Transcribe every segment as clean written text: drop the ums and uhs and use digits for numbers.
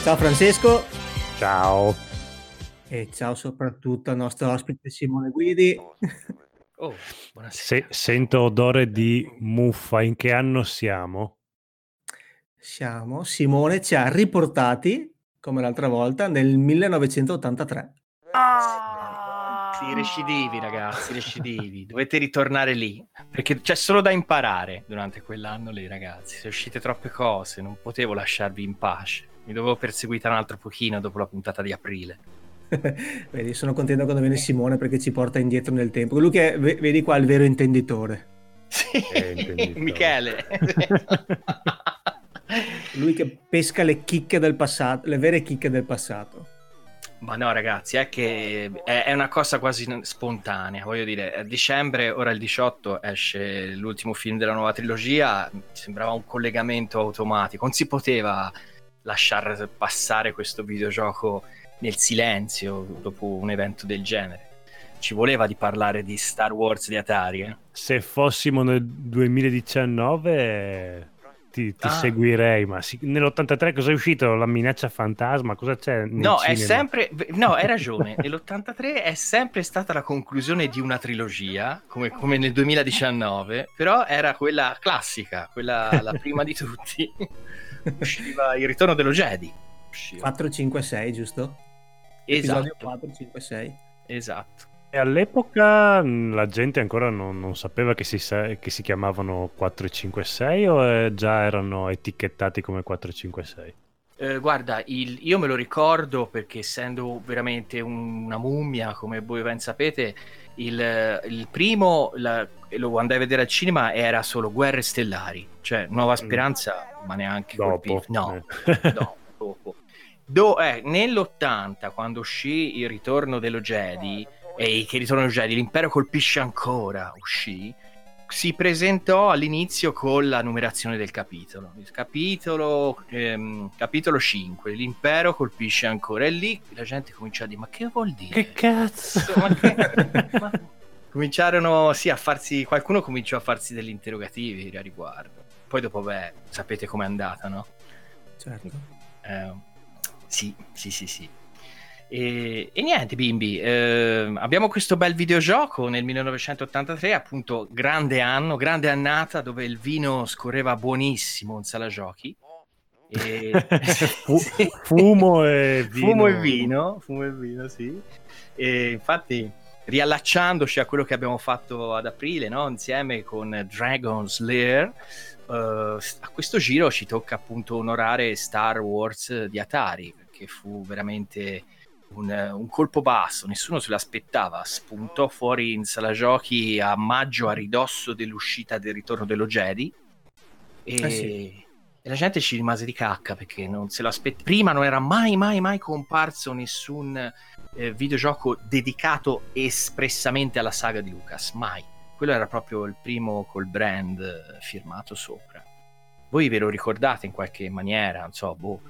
Ciao Francesco Ciao. e ciao soprattutto al nostro ospite Simone Guidi. Oh, buonasera. Sento odore di muffa. In che anno siamo? Simone ci ha riportati, come l'altra volta, nel 1983. Sì, recidivi ragazzi, recidivi. Dovete ritornare lì, perché c'è solo da imparare durante quell'anno lì, ragazzi. Sono uscite troppe cose, non potevo lasciarvi in pace. Mi dovevo perseguitare un altro pochino dopo la puntata di aprile. Vedi, sono contento quando viene Simone perché ci porta indietro nel tempo. Lui che, vedi qua, il vero intenditore. Sì, Intenditore. Michele. Lui che pesca le chicche del passato, le vere chicche del passato. Ma no ragazzi, è che è una cosa quasi spontanea, voglio dire, a dicembre, ora il 18, esce l'ultimo film della nuova trilogia, sembrava un collegamento automatico, non si poteva lasciare passare questo videogioco nel silenzio dopo un evento del genere. Ci voleva di parlare di Star Wars di Atari, eh? Se fossimo nel 2019 ti seguirei, ma nell'83 cosa è uscito? La minaccia fantasma? Cosa c'è nei No, è cinema? sempre... No, hai ragione. Nell'83 è sempre stata la conclusione di una trilogia, come nel 2019, però era quella classica, quella la prima di tutti. Usciva il ritorno dello Jedi. 4, 5, 6, giusto? Esatto. Episodio 4, 5, 6. Esatto. E all'epoca la gente ancora non sapeva che si chiamavano 456 o già erano etichettati come 456? Guarda, io me lo ricordo perché essendo veramente una mummia, come voi ben sapete, il primo lo andai a vedere al cinema era solo Guerre Stellari, cioè Nuova Speranza, ma neanche dopo. No, dopo. Nell'80, quando uscì il Ritorno dello Jedi, e che Ritorno dello Jedi, l'Impero colpisce ancora, uscì, si presentò all'inizio con la numerazione del capitolo. Il capitolo 5, l'impero colpisce ancora, e lì la gente cominciò a dire: ma che vuol dire? Che cazzo? Cominciarono a farsi, qualcuno cominciò a farsi degli interrogativi a riguardo. Poi dopo, sapete com'è andata, no? Certo. Sì. E niente bimbi, abbiamo questo bel videogioco nel 1983, appunto grande anno, grande annata, dove il vino scorreva buonissimo in sala giochi Fumo e vino, sì. E infatti, riallacciandoci a quello che abbiamo fatto ad aprile, no? Insieme con Dragon's Lair, a questo giro ci tocca appunto onorare Star Wars di Atari, perché fu veramente un colpo basso, nessuno se l'aspettava. Spuntò fuori in sala giochi a maggio, a ridosso dell'uscita del Ritorno dello Jedi, e la gente ci rimase di cacca perché non se l'aspettava. Prima non era mai comparso nessun videogioco dedicato espressamente alla saga di Lucas, mai. Quello era proprio il primo col brand firmato sopra. Voi ve lo ricordate in qualche maniera? Non so, con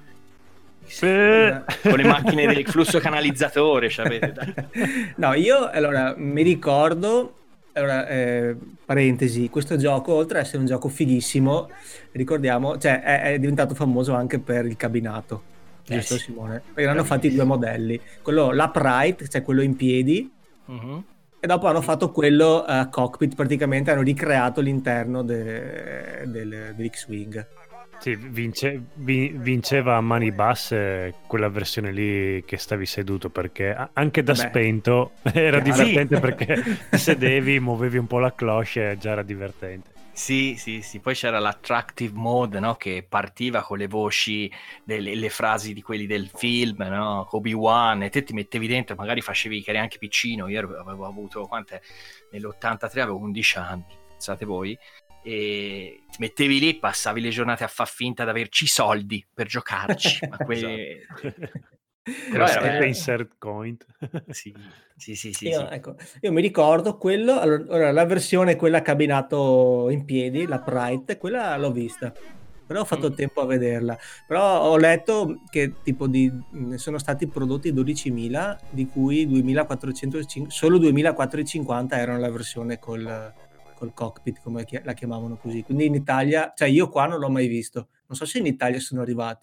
le macchine del flusso canalizzatore, No, io allora mi ricordo, parentesi, questo gioco, oltre ad essere un gioco fighissimo, ricordiamo, cioè è diventato famoso anche per il cabinato, giusto sì. Simone? Perché hanno fatto i due modelli, quello l'upright, cioè quello in piedi, e dopo hanno fatto quello cockpit, praticamente hanno ricreato l'interno dell'X-Wing. Sì, vinceva a mani basse quella versione lì che stavi seduto, perché anche da spento era divertente, perché sedevi, muovevi un po' la cloche e già era divertente. Sì, poi c'era l'attractive mode, no? Che partiva con le voci, le frasi di quelli del film, no? Obi-Wan, e te ti mettevi dentro, magari facevi, che eri anche piccino, io avevo avuto, nell'83 avevo 11 anni, pensate voi, e ti mettevi lì, passavi le giornate a far finta di averci i soldi per giocarci. Ma però era insert coin. Sì. Io mi ricordo quello, allora la versione quella cabinato in piedi, la Pride, quella l'ho vista, però ho fatto tempo a vederla. Però ho letto che tipo ne sono stati prodotti 12.000, di cui 2.450, solo 2.450 erano la versione col cockpit, come la chiamavano così. Quindi in Italia, cioè io qua non l'ho mai visto. Non so se in Italia sono arrivati.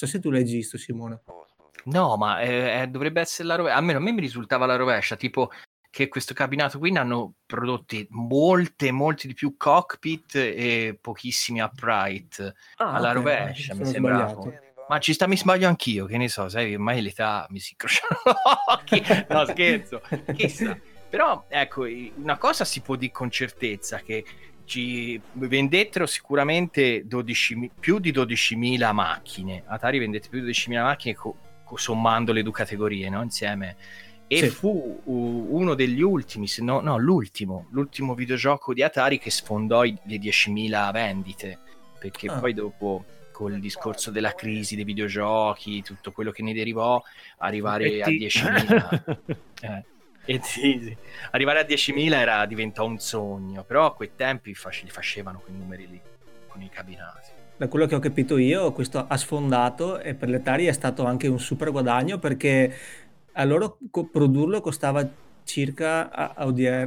so se tu l'hai visto, Simone. No, ma dovrebbe essere la rovescia. Almeno a me mi risultava la rovescia, tipo che questo cabinato qui ne hanno prodotti molti di più cockpit e pochissimi upright. Alla ok, rovescia, mi sono sembrava. sbagliato. Ma mi sbaglio anch'io, che ne so, sai, ormai l'età mi si incrociano gli occhi. No, scherzo, chissà. Però, ecco, una cosa si può dire con certezza, che ci vendettero sicuramente più di 12.000 macchine. Atari vendette più di 12.000 macchine sommando le due categorie, no? Insieme. E Sì. fu uno degli ultimi, se no l'ultimo videogioco di Atari che sfondò le 10.000 vendite, perché poi dopo, col discorso della crisi dei videogiochi, tutto quello che ne derivò, arrivare a 10.000 sì. Arrivare a 10.000 diventò un sogno, però a quei tempi li facevano quei numeri lì con i cabinati. Da quello che ho capito io, questo ha sfondato, e per l'Atari è stato anche un super guadagno, perché a loro produrlo costava circa a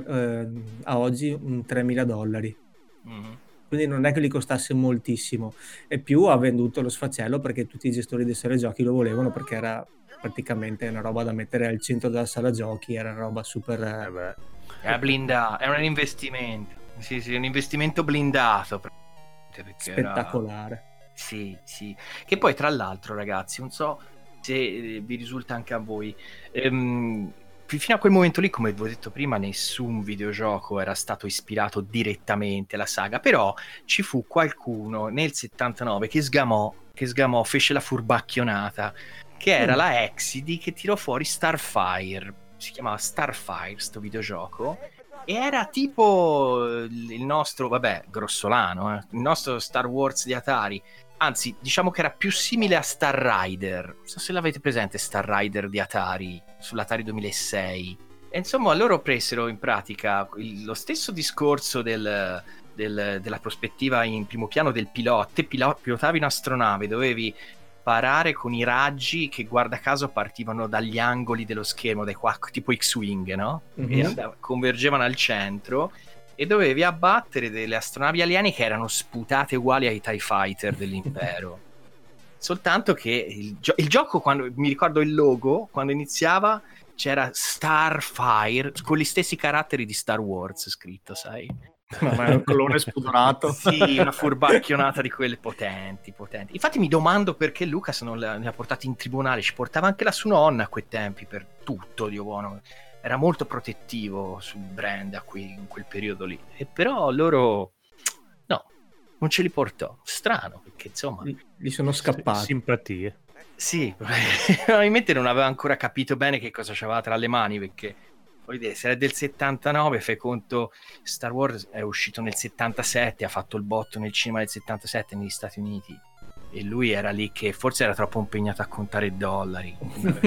oggi un $3.000. Mm-hmm. Quindi non è che gli costasse moltissimo, e più ha venduto lo sfaccello perché tutti i gestori dei sale giochi lo volevano, perché era praticamente una roba da mettere al centro della sala giochi, era una roba super è blindato, è un investimento, sì, un investimento blindato, spettacolare. Sì, che poi tra l'altro, ragazzi, non so se vi risulta anche a voi, fino a quel momento lì, come vi ho detto prima, nessun videogioco era stato ispirato direttamente alla saga, però ci fu qualcuno nel 79 che sgamò, fece la furbacchionata, che era la Exidy, che tirò fuori Starfire. Si chiamava Starfire sto videogioco, e era tipo il nostro, grossolano, il nostro Star Wars di Atari. Anzi, diciamo che era più simile a Star Rider. Non so se l'avete presente, Star Rider di Atari, sull'Atari 2006. E insomma, loro presero in pratica lo stesso discorso della prospettiva in primo piano del pilota. Te pilotavi un'astronave, dovevi parare con i raggi che, guarda caso, partivano dagli angoli dello schermo, tipo X-Wing, no? Mm-hmm. E convergevano al centro, e dovevi abbattere delle astronavi aliene che erano sputate uguali ai TIE Fighter dell'impero. Soltanto che il gioco, quando mi ricordo il logo, quando iniziava c'era Starfire con gli stessi caratteri di Star Wars scritto, sai? Ma è un colore spudorato. Sì, una furbacchionata di quelle potenti. Infatti mi domando perché Lucas non ne ha portati in tribunale. Ci portava anche la sua nonna a quei tempi per tutto, Dio buono. Era molto protettivo sul brand in quel periodo lì. E però loro no, non ce li portò. Strano, perché insomma gli sono scappati. Simpatie. Sì, probabilmente non aveva ancora capito bene che cosa c'aveva tra le mani, perché voglio dire, se è del 79, fai conto, Star Wars è uscito nel 77, ha fatto il botto nel cinema del 77 negli Stati Uniti, e lui era lì che forse era troppo impegnato a contare dollari.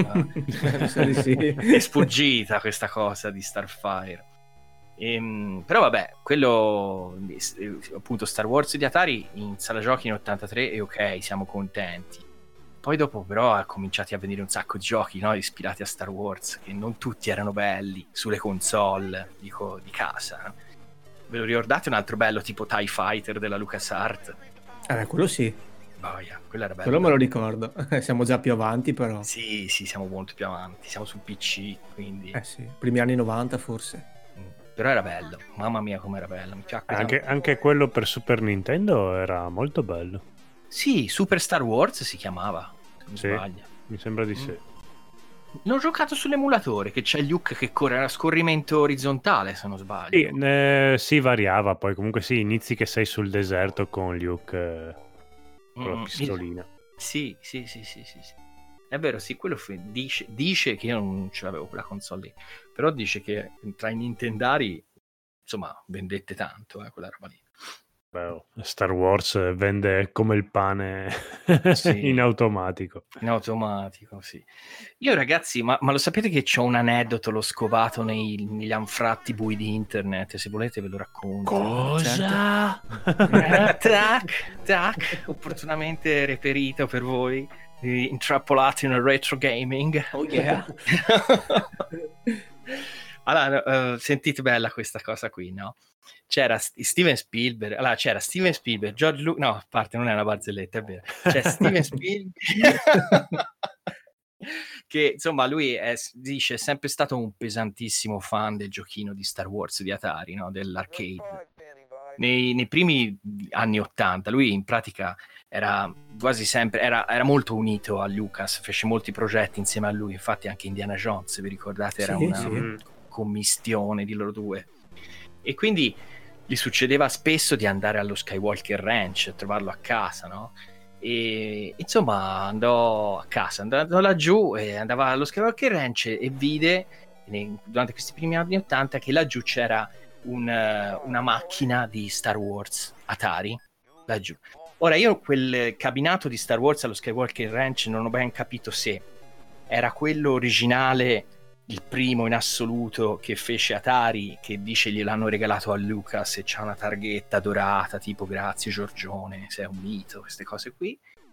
Sì. È sfuggita questa cosa di Starfire. Però vabbè, quello appunto Star Wars di Atari in sala giochi in 83, e ok, siamo contenti. Poi dopo però ha cominciato a venire un sacco di giochi, no, ispirati a Star Wars, che non tutti erano belli, sulle console, dico, di casa. Ve lo ricordate un altro bello tipo TIE Fighter della LucasArts? Quello sì. Boia, quello era bello. Quello me lo ricordo. Siamo già più avanti, però. Sì, siamo molto più avanti, siamo sul PC, quindi... Sì, primi anni 90 forse. Però era bello, mamma mia com'era bello, mi piacque anche quello per Super Nintendo era molto bello. Sì, Super Star Wars si chiamava, se non sbaglio. Mi sembra di sì. L'ho giocato sull'emulatore, che c'è Luke che corre a scorrimento orizzontale, se non sbaglio. Sì, variava, poi comunque sì, inizi che sei sul deserto con Luke con la pistolina. Sì. È vero, sì, quello dice che io non ce l'avevo quella console lì, però dice che tra i Nintendari, insomma, vendette tanto, quella roba lì. Beh, Star Wars vende come il pane in automatico. In automatico, sì. Io, ragazzi, ma lo sapete che c'ho un aneddoto, l'ho scovato negli anfratti bui di internet, se volete ve lo racconto. Cosa? Certo. Tac, opportunamente reperito per voi, intrappolati nel retro gaming. Oh yeah. Allora, sentite bella questa cosa qui, no? C'era Steven Spielberg, George Lucas, no, a parte non è una barzelletta, è vero. C'è Steven Spielberg che insomma lui dice è sempre stato un pesantissimo fan del giochino di Star Wars di Atari, no? Dell'arcade. Nei primi anni 80 lui in pratica era quasi sempre era molto unito a Lucas, fece molti progetti insieme a lui, infatti anche Indiana Jones, se vi ricordate, era una commistione di loro due, e quindi gli succedeva spesso di andare allo Skywalker Ranch, trovarlo a casa, no? E insomma andò a casa, andò laggiù e andava allo Skywalker Ranch e vide durante questi primi anni 80 che laggiù c'era una macchina di Star Wars Atari laggiù. Ora io quel cabinato di Star Wars allo Skywalker Ranch non ho ben capito se era quello originale, il primo in assoluto che fece Atari, che dice gliel'hanno regalato a Lucas e c'ha una targhetta dorata tipo grazie Giorgione, sei un mito, queste cose qui,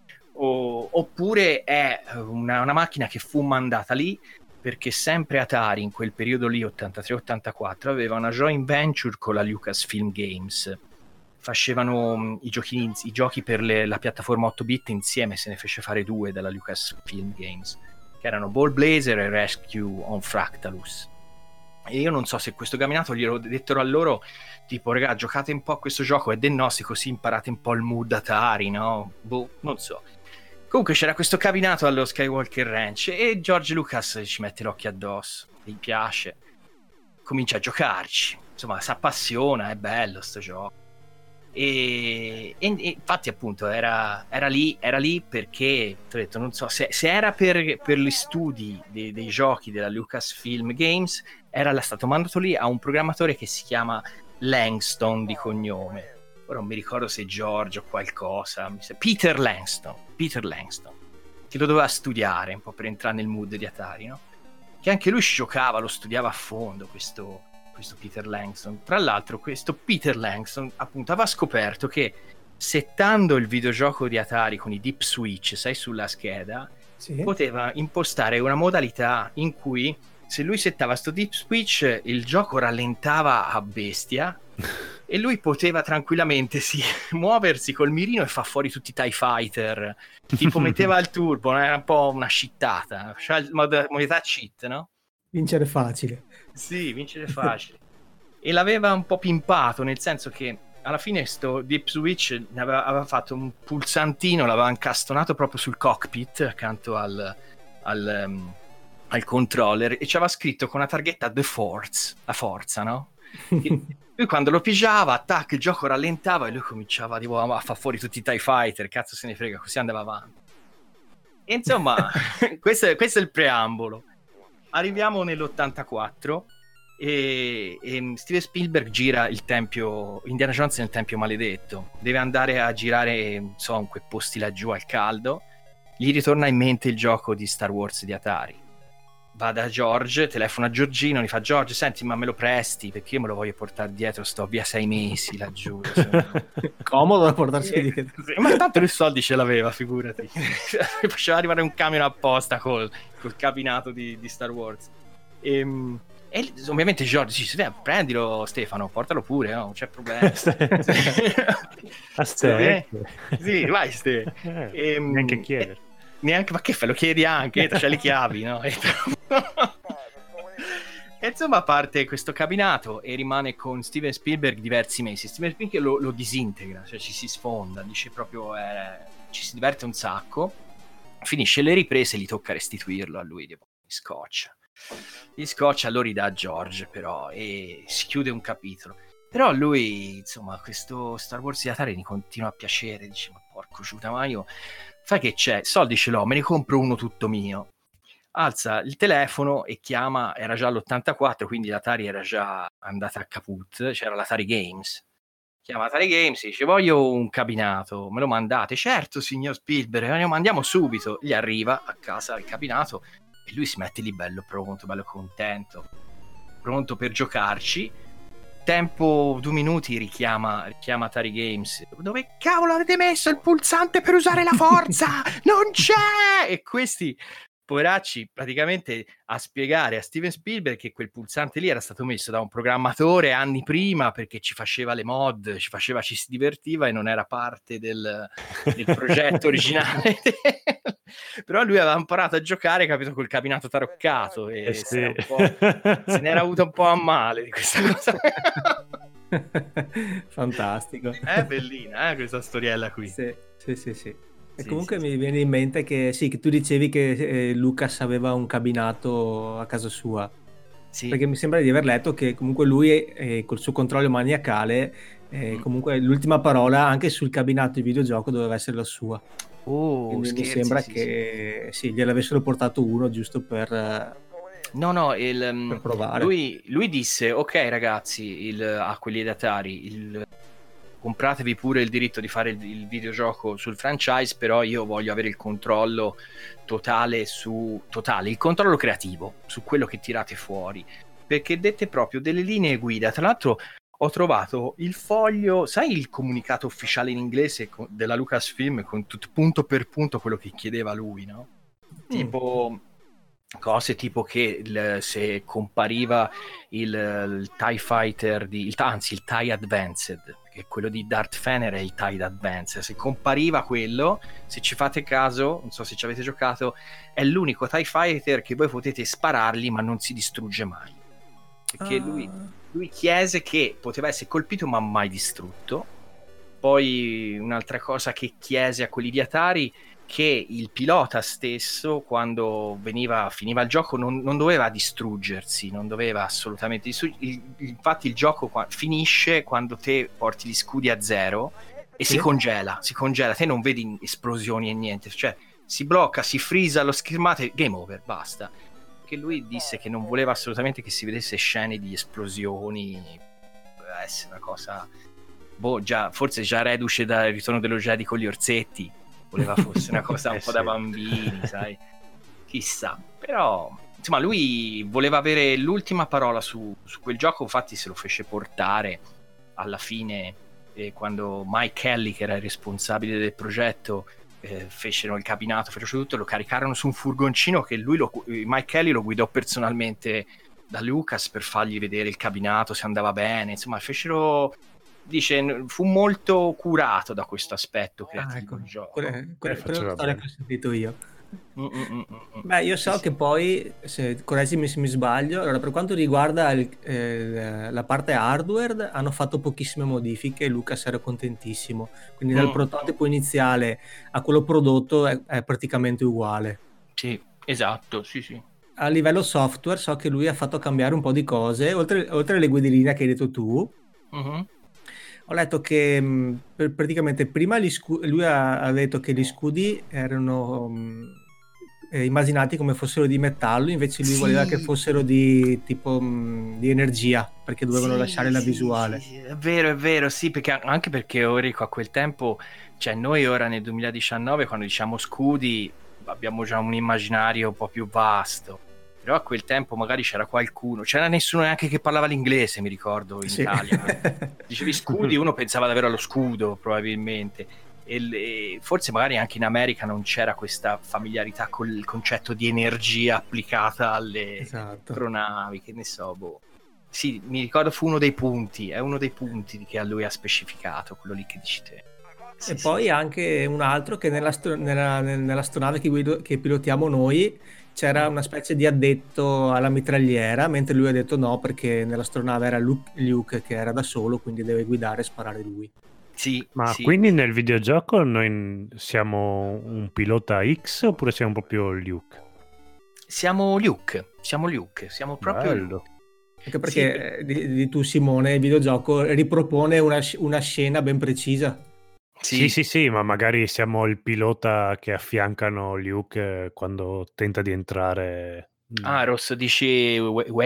oppure è una macchina che fu mandata lì perché sempre Atari in quel periodo lì 83-84 aveva una joint venture con la Lucasfilm Games, facevano i giochi per la piattaforma 8-bit insieme, se ne fece fare 2 dalla Lucasfilm Games, che erano Ball Blazer e Rescue on Fractalus. E io non so se questo cabinato glielo dettero a loro, tipo raga giocate un po' a questo gioco, è del nostro, così imparate un po' il mood Atari, no? Boh, non so. Comunque c'era questo cabinato allo Skywalker Ranch e George Lucas ci mette l'occhio addosso, gli piace, comincia a giocarci, insomma si appassiona, è bello sto gioco. E infatti appunto era lì perché ho detto, non so se era per gli studi dei giochi della Lucasfilm Games, era stato mandato lì a un programmatore che si chiama Langston di cognome, ora non mi ricordo se George o qualcosa, Peter Langston, che lo doveva studiare un po' per entrare nel mood di Atari, no? Che anche lui ci giocava, lo studiava a fondo questo Peter Langston. Tra l'altro questo Peter Langston appunto aveva scoperto che settando il videogioco di Atari con i dip switch, sai, sulla scheda, poteva impostare una modalità in cui se lui settava sto dip switch il gioco rallentava a bestia e lui poteva tranquillamente muoversi col mirino e fa fuori tutti i TIE Fighter, tipo metteva il turbo, era un po' una cheatata, cioè modalità cheat, no? Vincere facile. Sì, vincere facile. E l'aveva un po' pimpato, nel senso che alla fine sto Deep Switch aveva fatto un pulsantino, l'aveva incastonato proprio sul cockpit accanto al controller e ci aveva scritto con una targhetta The Force, la forza, no? Lui quando lo pigiava, tac, il gioco rallentava e lui cominciava tipo, a far fuori tutti i TIE Fighter, cazzo se ne frega, così andava avanti. E insomma, questo è il preambolo. Arriviamo nell'84 e Steven Spielberg gira il tempio Indiana Jones nel tempio maledetto, deve andare a girare, non so, in quei posti laggiù al caldo, gli ritorna in mente il gioco di Star Wars di Atari, va da George, telefona a Giorgino, gli fa: George, senti, ma me lo presti perché io me lo voglio portare dietro, sto via 6 mesi laggiù. Comodo da portarsi dietro. Ma tanto lui soldi ce l'aveva, figurati. Faceva arrivare un camion apposta col cabinato di Star Wars. E ovviamente George dice: prendilo Stefano, portalo pure, no? Non c'è problema. Sì, vai Ste. Neanche chiedere. Neanche, ma che fai, lo chiedi anche, c'è le chiavi, no? E insomma parte questo cabinato e rimane con Steven Spielberg diversi mesi. Steven Spielberg lo disintegra, cioè ci si sfonda, dice proprio ci si diverte un sacco, finisce le riprese, gli tocca restituirlo a lui, gli scoccia, lo ridà a George però e si chiude un capitolo. Però lui, insomma, questo Star Wars di Atari gli continua a piacere, dice: ma porco giuda, ma io, fai che c'è, soldi ce l'ho, me ne compro uno tutto mio. Alza il telefono e chiama, era già l'84, quindi l'Atari era già andata a caput, c'era l'Atari Games. Chiama Atari Games, dice: voglio un cabinato, me lo mandate? Certo, signor Spielberg, lo mandiamo subito. Gli arriva a casa il cabinato e lui si mette lì bello pronto, bello contento, pronto per giocarci. Tempo 2 minuti, richiama Atari Games: dove cavolo avete messo il pulsante per usare la forza? Non c'è! E questi poveracci, praticamente a spiegare a Steven Spielberg che quel pulsante lì era stato messo da un programmatore anni prima perché ci faceva le mod, ci si divertiva e non era parte del progetto originale. Però lui aveva imparato a giocare, capito, col cabinato taroccato e se ne era avuto un po' a male di questa cosa. Fantastico. È bellina questa storiella qui. Sì. E comunque mi viene in mente che che tu dicevi che Lucas aveva un cabinato a casa sua. Sì. Perché mi sembra di aver letto che comunque lui col suo controllo maniacale comunque l'ultima parola anche sul cabinato di videogioco doveva essere la sua. Quindi mi sembra che gliel'avessero portato uno giusto per per provare. Lui disse: ok ragazzi, a quelli di Atari, compratevi pure il diritto di fare il videogioco sul franchise, però io voglio avere il controllo totale, il controllo creativo su quello che tirate fuori, perché dette proprio delle linee guida. Tra l'altro ho trovato il foglio, sai, il comunicato ufficiale in inglese della Lucasfilm con tutto punto per punto quello che chiedeva lui, no? Tipo cose tipo che se compariva il TIE Fighter il TIE Advanced, che è quello di Darth Vader, è il TIE Advanced, se compariva quello, se ci fate caso, non so se ci avete giocato, è l'unico TIE Fighter che voi potete sparargli ma non si distrugge mai, perché lui chiese che poteva essere colpito ma mai distrutto. Poi un'altra cosa che chiese a quelli di Atari, che il pilota stesso quando finiva il gioco non doveva distruggersi, non doveva assolutamente infatti il gioco finisce quando te porti gli scudi a zero e si congela, te non vedi esplosioni e niente, cioè si blocca, si freeza lo schermato e game over, basta. Che lui disse che non voleva assolutamente che si vedesse scene di esplosioni, doveva essere una cosa forse già reduce dal Ritorno dello Jedi con gli orsetti, voleva fosse una cosa un po' da bambini, sai, chissà. Però insomma lui voleva avere l'ultima parola su quel gioco, infatti se lo fece portare alla fine, quando Mike Kelly, che era il responsabile del progetto, fecero il cabinato, fecero tutto, lo caricarono su un furgoncino che Mike Kelly lo guidò personalmente da Lucas per fargli vedere il cabinato, se andava bene, insomma dice fu molto curato da questo aspetto creativo del gioco. Quella storia che ho sentito io. Beh, io so che poi, correggimi se mi sbaglio, allora per quanto riguarda la parte hardware hanno fatto pochissime modifiche e Lucas era contentissimo, quindi dal prototipo iniziale a quello prodotto è praticamente uguale. Sì, esatto, sì. A livello software so che lui ha fatto cambiare un po' di cose, oltre alle guide linea che hai detto tu. Ho letto che praticamente prima lui ha detto che gli scudi erano immaginati come fossero di metallo, invece lui voleva che fossero di tipo di energia, perché dovevano lasciare la visuale. Sì, è vero, sì, anche perché Orico a quel tempo, cioè noi ora nel 2019 quando diciamo scudi abbiamo già un immaginario un po' più vasto. Però a quel tempo magari c'era nessuno neanche che parlava l'inglese, mi ricordo, in Italia. Dicevi scudi, uno pensava davvero allo scudo, probabilmente. E forse magari anche in America non c'era questa familiarità col concetto di energia applicata alle astronavi, che ne so, Sì, mi ricordo è uno dei punti che a lui ha specificato, quello lì che dici te. E poi anche un altro che nell'astronave che pilotiamo noi c'era una specie di addetto alla mitragliera, mentre lui ha detto no, perché nell'astronave era Luke che era da solo, quindi deve guidare e sparare lui. Sì. Quindi nel videogioco noi siamo un pilota X oppure siamo proprio Luke? Siamo Luke, siamo proprio Luke. Anche perché di tu Simone il videogioco ripropone una scena ben precisa. Sì, ma magari siamo il pilota che affiancano Luke quando tenta di entrare. Rosso dici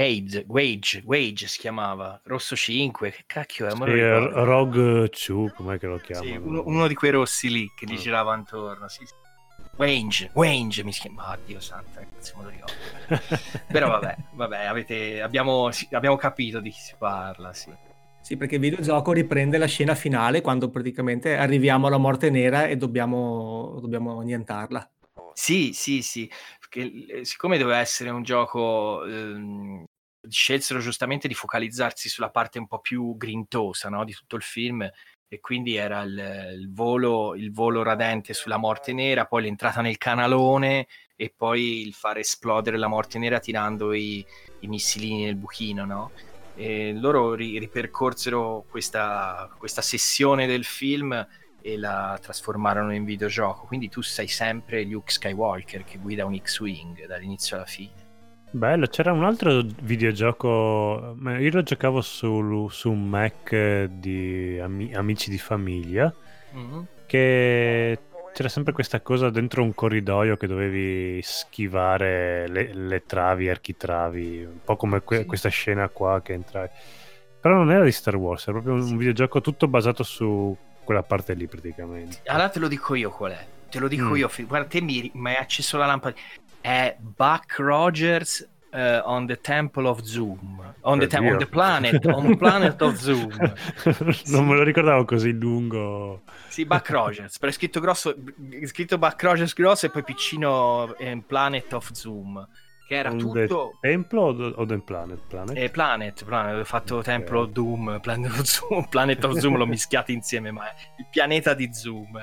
Wage si chiamava, Rosso 5, che cacchio è? Rogue 2, com'è che lo chiamano? Sì, uno di quei rossi lì che gli girava intorno, sì. Wange mi chiama, Dio santo, ragazzi, me lo ricordo. Però vabbè, abbiamo capito di chi si parla, sì. Sì, perché il videogioco riprende la scena finale quando praticamente arriviamo alla morte nera e dobbiamo annientarla. Sì. che siccome doveva essere un gioco, scelsero giustamente di focalizzarsi sulla parte un po' più grintosa, no, di tutto il film, e quindi era il volo radente sulla morte nera, poi l'entrata nel canalone e poi il fare esplodere la morte nera tirando i missilini nel buchino, no? E loro ripercorsero questa sessione del film e la trasformarono in videogioco, quindi tu sei sempre Luke Skywalker che guida un X-Wing dall'inizio alla fine. Bello, c'era un altro videogioco, ma io lo giocavo su un Mac di amici di famiglia, che c'era sempre questa cosa dentro un corridoio che dovevi schivare le travi, architravi, un po' come questa scena qua che entravi. Però non era di Star Wars, era proprio un videogioco tutto basato su quella parte lì praticamente. Allora te lo dico io qual è, te lo dico io, guarda, te mi hai acceso la lampada. È Buck Rogers on the Temple of Zoom, on the planet of Zoom. Non me lo ricordavo così lungo. Sì, Buck Rogers, però è scritto Buck Rogers grosso e poi piccino Planet of Zoom, che era tutto Templo o The Planet? Planet, ho fatto okay. Temple of Doom, Planet of Zoom l'ho mischiato insieme, ma è il pianeta di Zoom.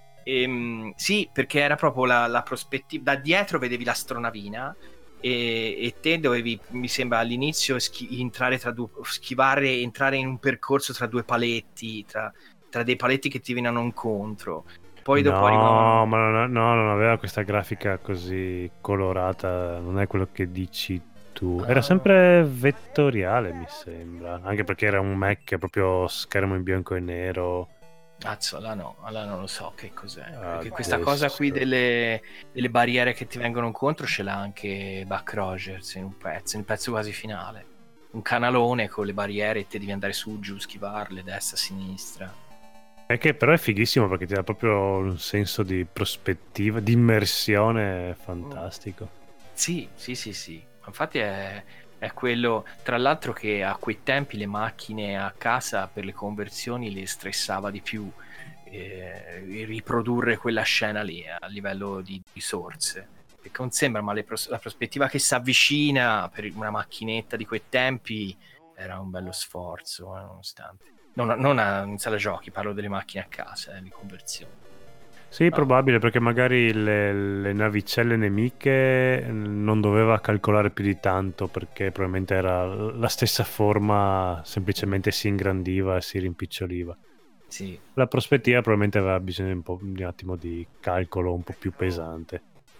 Sì, perché era proprio la prospettiva, da dietro vedevi l'astronavina e te dovevi, mi sembra all'inizio, schivare, entrare in un percorso tra due paletti, tra dei paletti che ti venivano incontro. Poi dopo arrivavano... ma non aveva questa grafica così colorata, non è quello che dici tu. Era sempre vettoriale, mi sembra, anche perché era un Mac proprio schermo in bianco e nero. Cazzo, là non lo so che cos'è, perché questa cosa qui delle barriere che ti vengono incontro ce l'ha anche Buck Rogers in un pezzo quasi finale, un canalone con le barriere e te devi andare su, giù, schivarle, destra, sinistra. È che però è fighissimo perché ti dà proprio un senso di prospettiva, di immersione fantastico. Sì, infatti è quello, tra l'altro, che a quei tempi le macchine a casa per le conversioni le stressava di più, riprodurre quella scena lì a livello di risorse, perché non sembra, ma la prospettiva che si avvicina per una macchinetta di quei tempi era un bello sforzo, nonostante non in sala giochi, parlo delle macchine a casa, le conversioni. Sì, probabile, perché magari le navicelle nemiche non doveva calcolare più di tanto, perché probabilmente era la stessa forma, semplicemente si ingrandiva e si rimpiccioliva. Sì. La prospettiva probabilmente aveva bisogno di un attimo di calcolo un po' più pesante.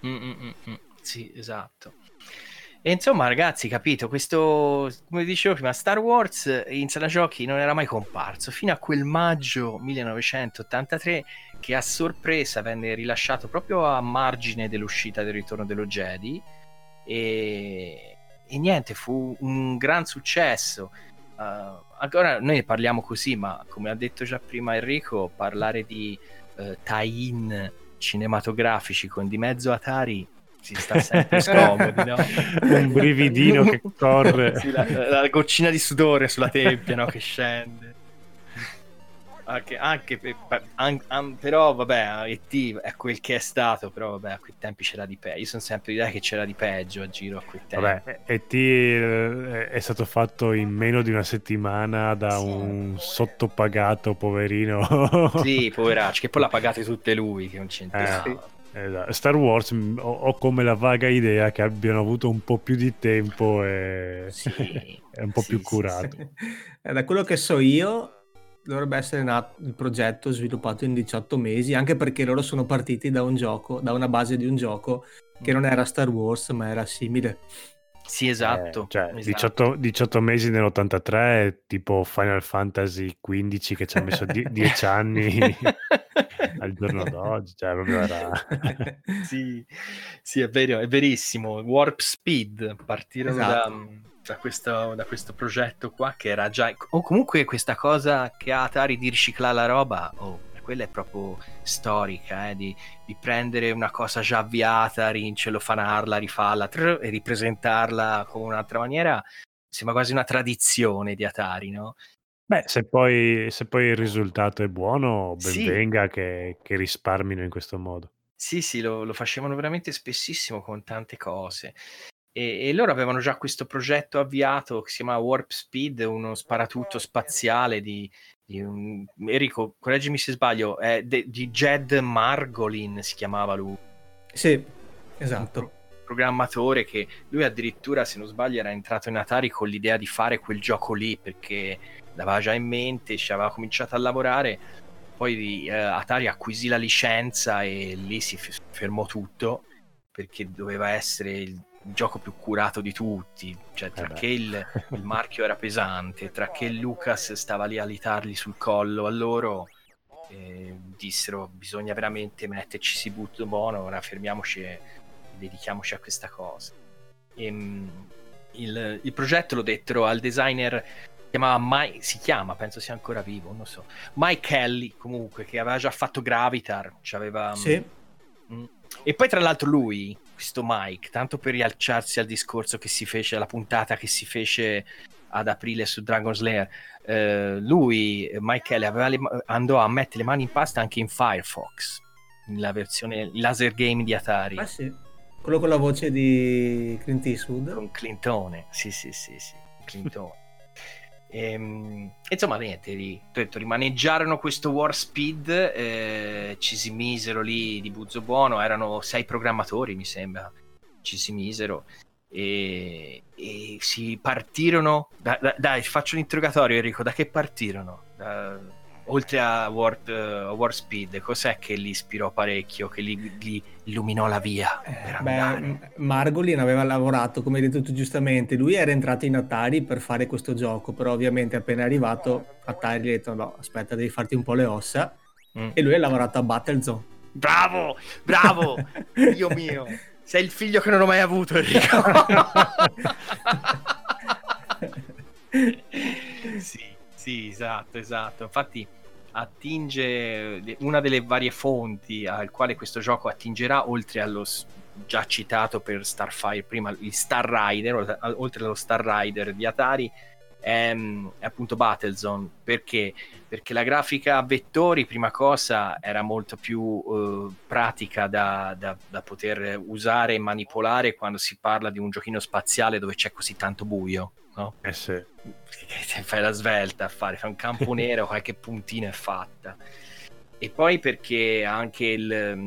Sì, esatto. E insomma, ragazzi, capito, questo, come dicevo prima, Star Wars in sala giochi non era mai comparso fino a quel maggio 1983 che a sorpresa venne rilasciato proprio a margine dell'uscita del Ritorno dello Jedi e niente, fu un gran successo. Ancora noi ne parliamo così, ma come ha detto già prima Enrico, parlare di tie-in cinematografici con di mezzo Atari si sta sempre scomodi, no? Un brividino che corre. Sì, la goccina di sudore sulla tempia, no? Che scende. Però vabbè, E.T. è quel che è stato, però vabbè, a quei tempi c'era di peggio. Io sono sempre di idea che c'era di peggio a giro a quei tempi. Vabbè, E.T. È stato fatto in meno di una settimana da un sottopagato poverino. Sì, poveraccio, che poi l'ha pagato tutte lui, che non c'entrava. Star Wars ho come la vaga idea che abbiano avuto un po' più di tempo e è un po' più curato. Da quello che so io dovrebbe essere nato il progetto sviluppato in 18 mesi, anche perché loro sono partiti da un gioco, da una base di un gioco che non era Star Wars ma era simile. Sì, esatto. Esatto. 18 mesi nell'83 è tipo Final Fantasy XV che ci ha messo 10 anni al giorno d'oggi, cioè proprio era... sì, è vero, è verissimo. Warp Speed partirono da questo progetto qua che era già... O comunque questa cosa che ha Atari di riciclare la roba, quella è proprio storica, di prendere una cosa già avviata, rincellofanarla, rifarla e ripresentarla come un'altra maniera, sembra quasi una tradizione di Atari, no? Beh, se poi il risultato è buono, ben venga che risparmino in questo modo. Sì, lo facevano veramente spessissimo con tante cose. E loro avevano già questo progetto avviato che si chiama Warp Speed, uno sparatutto spaziale di Enrico, correggimi se sbaglio, di Jed Margolin si chiamava lui. Sì, esatto. Programmatore che lui addirittura, se non sbaglio, era entrato in Atari con l'idea di fare quel gioco lì, perché l'aveva già in mente, ci aveva cominciato a lavorare, poi Atari acquisì la licenza e lì si fermò tutto, perché doveva essere il gioco più curato di tutti, cioè tra che il marchio era pesante, tra che Lucas stava lì a litargli sul collo a loro, dissero bisogna veramente metterci Buzzo Buono, ora fermiamoci e dedichiamoci a questa cosa. Il progetto lo dettero al designer, si chiama, penso sia ancora vivo, non so, Mike Kelly, comunque, che aveva già fatto Gravitar, sì. E poi tra l'altro lui, questo Mike, tanto per rialciarsi al discorso che si fece, alla puntata che si fece ad aprile su Dragon Slayer, lui, Mike Kelly, andò a mettere le mani in pasta anche in Firefox, la versione laser game di Atari. Ah sì, quello con la voce di Clint Eastwood. Con Clintone, sì, Clintone. Insomma, niente, rimaneggiarono questo War Speed, ci si misero lì di Buzzo Buono, erano 6 programmatori, mi sembra, ci si misero e si partirono. Dai, faccio un interrogatorio, Enrico, da che partirono? Oltre a War Speed, cos'è che li ispirò parecchio, che li illuminò la via per andare? Margolin aveva lavorato, come hai detto tu giustamente, lui era entrato in Atari per fare questo gioco, però ovviamente appena arrivato Atari gli ha detto no, aspetta, devi farti un po' le ossa, e lui ha lavorato a Battlezone. Bravo, Dio mio, sei il figlio che non ho mai avuto, Enrico. Sì, esatto, infatti attinge una delle varie fonti al quale questo gioco attingerà, oltre allo già citato per Starfire prima, il Star Rider, oltre allo Star Rider di Atari, è appunto Battlezone. Perché la grafica a vettori, prima cosa, era molto più pratica da poter usare e manipolare quando si parla di un giochino spaziale dove c'è così tanto buio, no? Sì. Fai la svelta a fare un campo nero, qualche puntina è fatta. E poi perché anche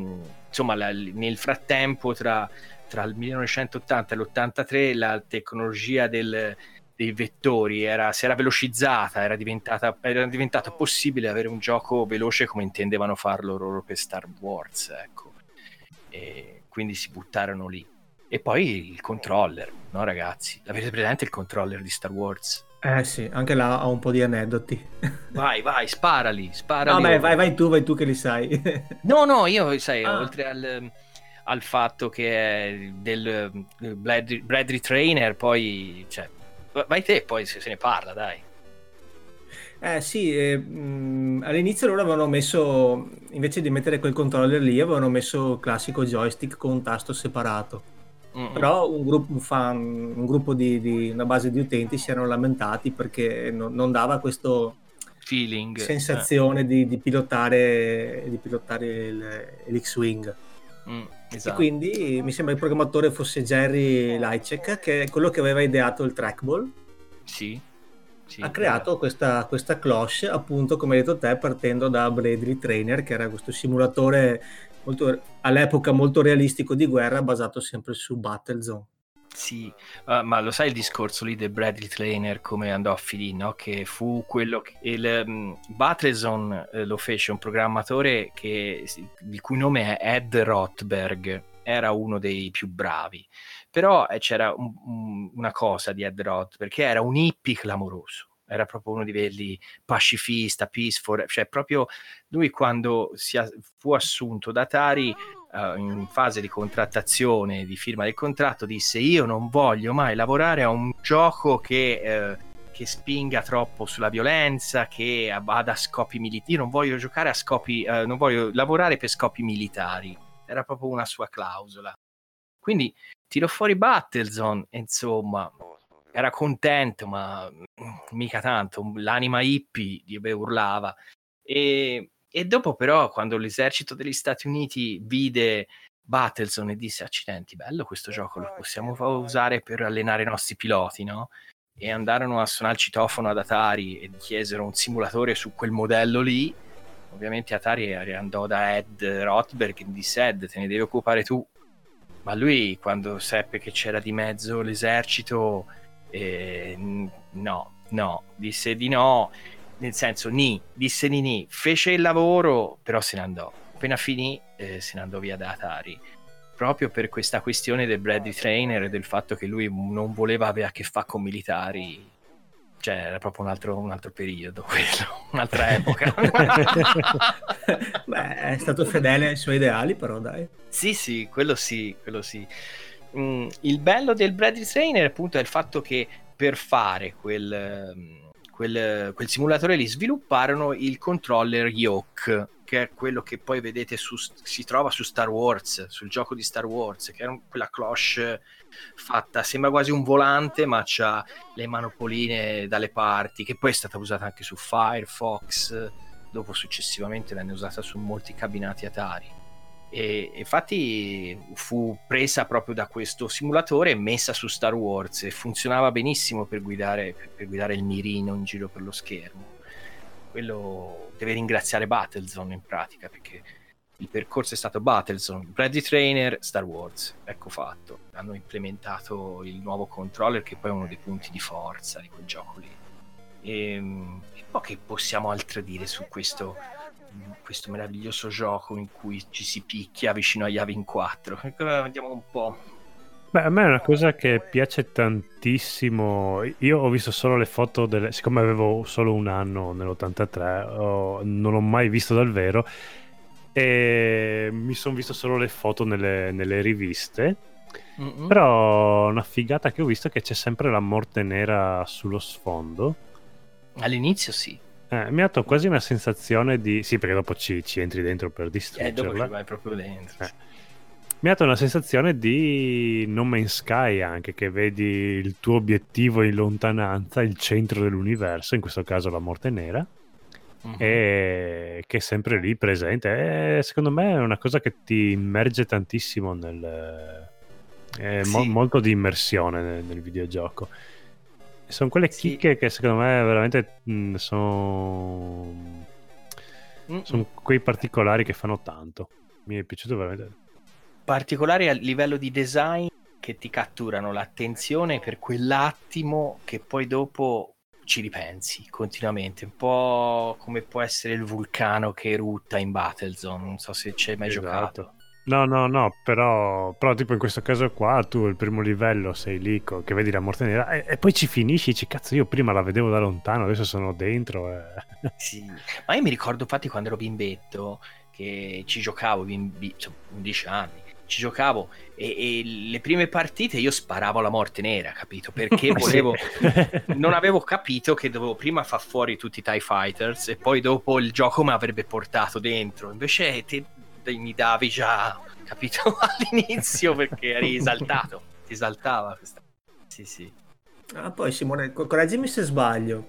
nel frattempo tra il 1980 e l'83 la tecnologia dei vettori si era velocizzata, era diventato possibile avere un gioco veloce come intendevano farlo loro per Star Wars, ecco. E quindi si buttarono lì. E poi il controller, no ragazzi? Avete presente il controller di Star Wars? Sì, anche là ho un po' di aneddoti. Vai, sparali. No, beh, vai tu che li sai. No, io sai, oltre al fatto che è del Bradley Trainer, poi vai te, poi se ne parla, dai. Sì, all'inizio loro avevano messo, invece di mettere quel controller lì, avevano messo il classico joystick con un tasto separato. Però un gruppo di una base di utenti si erano lamentati perché non dava questo feeling, sensazione di pilotare l'X-Wing. Esatto. E quindi mi sembra il programmatore fosse Jerry Lycek, che è quello che aveva ideato il trackball. Sì, ha creato questa cloche, appunto, come hai detto te, partendo da Bradley Trainer, che era questo simulatore all'epoca molto realistico di guerra, basato sempre su Battlezone. Sì, ma lo sai il discorso lì del Bradley Trainer come andò a finire, no? Che fu quello che Battlezone lo fece un programmatore il cui nome è Ed Rothberg, era uno dei più bravi, però c'era una cosa di Ed Roth, perché era un hippie clamoroso, era proprio uno di quelli pacifista, peaceful, cioè proprio lui quando fu assunto da Atari, in fase di contrattazione, di firma del contratto, disse: io non voglio mai lavorare a un gioco che spinga troppo sulla violenza, che vada a scopi militari, io non voglio giocare a scopi, non voglio lavorare per scopi militari, era proprio una sua clausola. Quindi tirò fuori Battlezone, insomma era contento, ma mica tanto, l'anima hippie urlava. E E dopo però, quando l'esercito degli Stati Uniti vide Battlezone e disse: accidenti, bello questo gioco, lo possiamo usare per allenare i nostri piloti, no? E andarono a suonare il citofono ad Atari e chiesero un simulatore su quel modello lì. Ovviamente Atari andò da Ed Rothberg e disse: Ed, te ne devi occupare tu. Ma lui, quando seppe che c'era di mezzo l'esercito, no, disse di no, nel senso disse di ni, fece il lavoro, però se ne andò. Appena finì, se ne andò via da Atari, proprio per questa questione del Bradley Trainer e del fatto che lui non voleva avere a che fare con militari. Cioè, era proprio un altro periodo quello, un'altra epoca. Beh, è stato fedele ai suoi ideali, però dai. Sì, quello sì. Il bello del Bradley Trainer appunto è il fatto che per fare quel simulatore lì svilupparono il controller Yoke, che è quello che poi vedete si trova su Star Wars, sul gioco di Star Wars, che era quella cloche fatta, sembra quasi un volante, ma c'ha le manopoline dalle parti, che poi è stata usata anche su Firefox, dopo successivamente venne usata su molti cabinati Atari. E infatti fu presa proprio da questo simulatore e messa su Star Wars e funzionava benissimo per guidare il mirino in giro per lo schermo. Quello deve ringraziare Battlezone in pratica, perché il percorso è stato Battlezone, Bradley Trainer, Star Wars, ecco fatto. Hanno implementato il nuovo controller, che poi è uno dei punti di forza di quel gioco lì. E poi che possiamo altro dire su questo meraviglioso gioco in cui ci si picchia vicino agli Avin 4? Vediamo un po'. Beh, a me è una cosa che piace tantissimo. Io ho visto solo le foto siccome avevo solo un anno nell'83, non l'ho mai visto dal vero e mi sono visto solo le foto nelle riviste. Però una figata che ho visto è che c'è sempre la morte nera sullo sfondo. All'inizio sì. Mi ha dato quasi una sensazione di... Sì, perché dopo ci entri dentro per distruggerla. Dopo ci vai proprio dentro. Mi ha dato una sensazione di No Man's Sky, anche, che vedi il tuo obiettivo in lontananza, il centro dell'universo, in questo caso la morte nera, e che è sempre lì presente. E secondo me è una cosa che ti immerge tantissimo molto di immersione nel videogioco. Sono quelle chicche che secondo me veramente sono quei particolari che fanno tanto. Mi è piaciuto veramente. Particolari a livello di design, che ti catturano l'attenzione per quell'attimo che poi dopo ci ripensi continuamente, un po' come può essere il vulcano che erutta in Battlezone. Non so se ci hai mai giocato. No, però tipo in questo caso qua tu il primo livello sei lì che vedi la morte nera e poi ci finisci, cazzo, io prima la vedevo da lontano, adesso sono dentro. Sì, ma io mi ricordo infatti quando ero bimbetto che ci giocavo, 11 anni, ci giocavo e le prime partite io sparavo la morte nera, capito? Perché volevo non avevo capito che dovevo prima far fuori tutti i TIE Fighters e poi dopo il gioco mi avrebbe portato dentro, invece mi davi già, capito, all'inizio, perché eri esaltato, ti esaltava questa. Sì. Poi Simone, correggimi se sbaglio,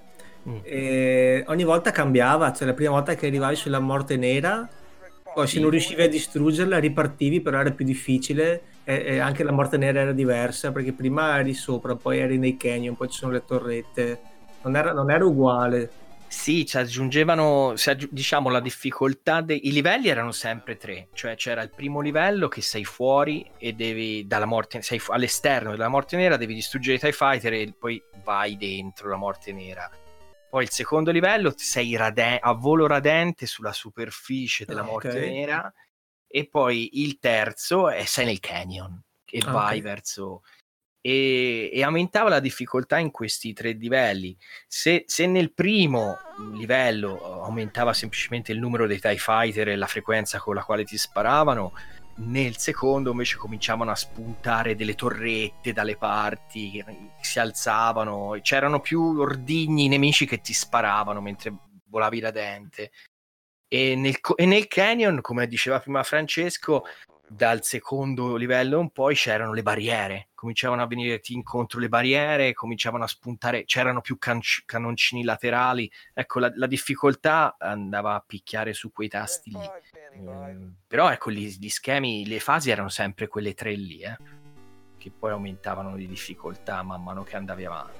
ogni volta cambiava, cioè la prima volta che arrivavi sulla morte nera, poi se non riuscivi a distruggerla ripartivi, però era più difficile e anche la morte nera era diversa, perché prima eri sopra, poi eri nei canyon, poi ci sono le torrette, non era uguale. Sì, ci aggiungevano, diciamo, la difficoltà i livelli erano sempre 3, cioè c'era il primo livello che sei fuori e sei all'esterno della morte nera, devi distruggere i TIE Fighter e poi vai dentro la morte nera. Poi il secondo livello sei a volo radente sulla superficie della morte nera, e poi il terzo sei nel canyon e vai verso... E aumentava la difficoltà in questi 3 livelli. Se nel primo livello aumentava semplicemente il numero dei TIE Fighter e la frequenza con la quale ti sparavano, nel secondo invece cominciavano a spuntare delle torrette dalle parti che si alzavano, c'erano più ordigni nemici che ti sparavano mentre volavi radente. E nel canyon, come diceva prima Francesco, dal secondo livello in poi c'erano le barriere, cominciavano a venirti incontro le barriere, cominciavano a spuntare, c'erano più cannoncini laterali, ecco la difficoltà andava a picchiare su quei tasti lì. Però ecco gli schemi, le fasi erano sempre quelle 3 lì, che poi aumentavano di difficoltà man mano che andavi avanti.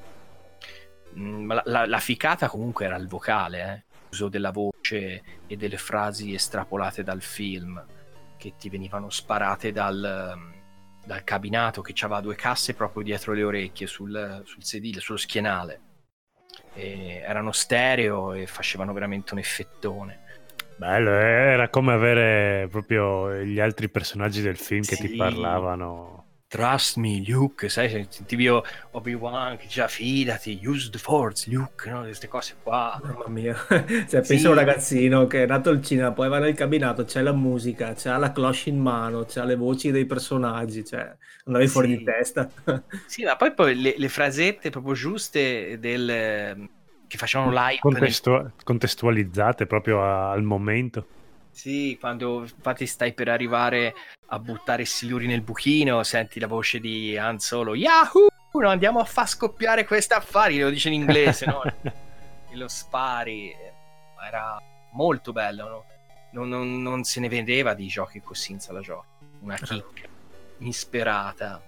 La ficata comunque era il vocale, l'uso della voce e delle frasi estrapolate dal film che ti venivano sparate dal cabinato, che aveva 2 casse proprio dietro le orecchie sul sedile, sullo schienale, e erano stereo e facevano veramente un effettone. Bello, era come avere proprio gli altri personaggi del film che ti parlavano. Trust me, Luke, sai, sentivi Obi-Wan che diceva fidati, use the force, Luke, no? Queste cose qua. Mamma mia, cioè, pensa a un ragazzino che è nato al cinema, poi va nel cabinato, c'è la musica, c'ha la cloche in mano, c'ha le voci dei personaggi, cioè andavi fuori di testa. Sì, ma poi le frasette proprio giuste che facevano live. Contestualizzate proprio al momento. Sì, quando infatti stai per arrivare a buttare siluri nel buchino, senti la voce di Han Solo, Yahoo! No, andiamo a far scoppiare questi affari, lo dice in inglese, no? E lo spari. Era molto bello, no? Non se ne vedeva di giochi così in sala giochi. Una chicca insperata.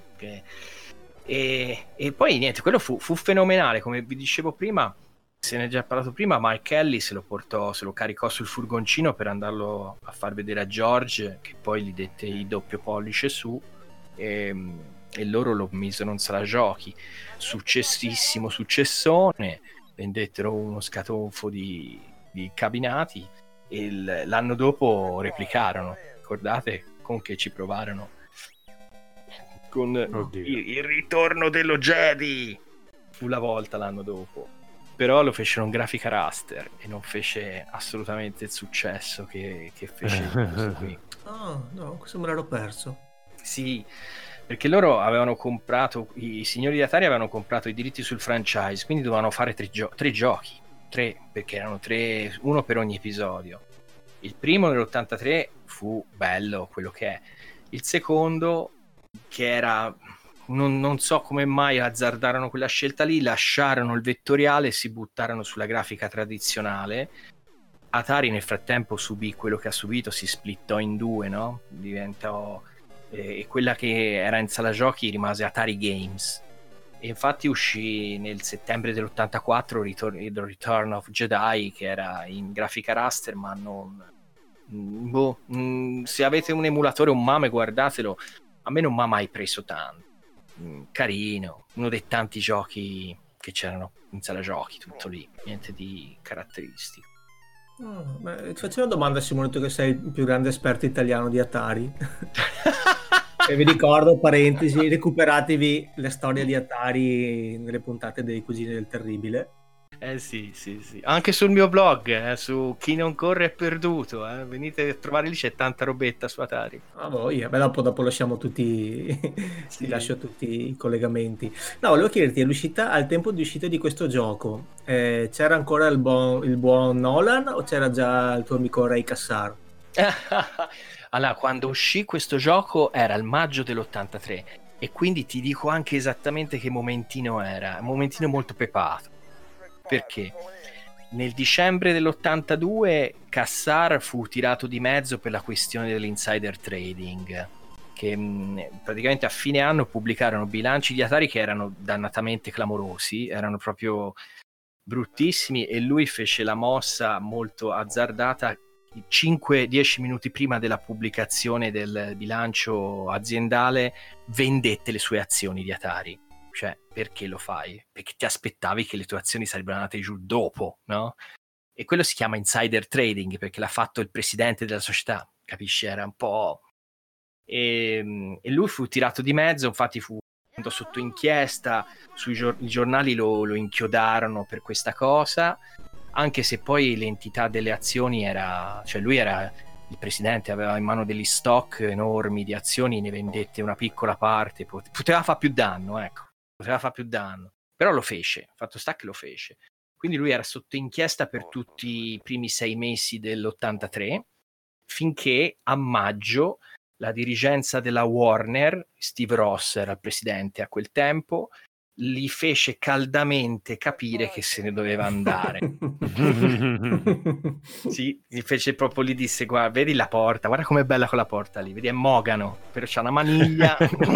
E poi niente, quello fu fenomenale, come vi dicevo prima. Se ne è già parlato prima, Mike Kelly se lo caricò sul furgoncino per andarlo a far vedere a George, che poi gli dette il doppio pollice su, e loro lo misero in sala giochi. Successissimo successone, vendettero uno scatonfo di cabinati e l'anno dopo replicarono, ricordate con che ci provarono? Con il ritorno dello Jedi fu la volta l'anno dopo. Però lo fecero in grafica raster e non fece assolutamente il successo che fece questo qui. No, questo me l'ero perso. Sì, perché loro avevano comprato, i signori di Atari avevano comprato i diritti sul franchise, quindi dovevano fare 3 giochi, perché erano 3, uno per ogni episodio. Il primo nell'83 fu bello, quello che è. Il secondo, che era... Non so come mai azzardarono quella scelta lì, lasciarono il vettoriale e si buttarono sulla grafica tradizionale. Atari nel frattempo subì quello che ha subito, si splittò in 2, no? Diventò e quella che era in sala giochi rimase Atari Games, e infatti uscì nel settembre dell'84 The Return of Jedi, che era in grafica raster, ma non se avete un emulatore, un MAME, guardatelo. A me non mi ha mai preso tanto. Carino, uno dei tanti giochi che c'erano in sala giochi, tutto lì, niente di caratteristico. Ti faccio una domanda, Simone, tu che sei il più grande esperto italiano di Atari. E vi ricordo, parentesi, recuperatevi le storie di Atari nelle puntate dei Cugini del Terribile. Sì. Anche sul mio blog, su Chi non corre è perduto. Venite a trovare, lì c'è tanta robetta su Atari. Dopo lasciamo tutti, ti lascio tutti i collegamenti. No, volevo chiederti, al tempo di uscita di questo gioco, c'era ancora il buon Nolan o c'era già il tuo amico Ray Kassar? Allora, quando uscì questo gioco era il maggio dell'83 e quindi ti dico anche esattamente che momentino era, un momentino molto pepato. Perché nel dicembre dell'82 Kassar fu tirato di mezzo per la questione dell'insider trading, che praticamente a fine anno pubblicarono bilanci di Atari che erano dannatamente clamorosi, erano proprio bruttissimi, e lui fece la mossa molto azzardata. 5-10 minuti prima della pubblicazione del bilancio aziendale vendette le sue azioni di Atari. Cioè, perché lo fai? Perché ti aspettavi che le tue azioni sarebbero andate giù dopo, no? E quello si chiama insider trading, perché l'ha fatto il presidente della società, capisci? Era un po'... E lui fu tirato di mezzo, infatti fu sotto inchiesta, i giornali lo inchiodarono per questa cosa, anche se poi l'entità delle azioni era... Cioè lui era... Il presidente aveva in mano degli stock enormi di azioni, ne vendette una piccola parte, poteva fare più danno, ecco. Poteva fare più danno, però lo fece, fatto sta che lo fece. Quindi lui era sotto inchiesta per tutti i primi 6 mesi dell'83, finché a maggio la dirigenza della Warner, Steve Ross era il presidente a quel tempo, gli fece caldamente capire che se ne doveva andare. Sì, gli fece proprio, gli disse: guarda, vedi la porta, guarda com'è bella quella porta lì, vedi, è mogano, però c'ha una maniglia.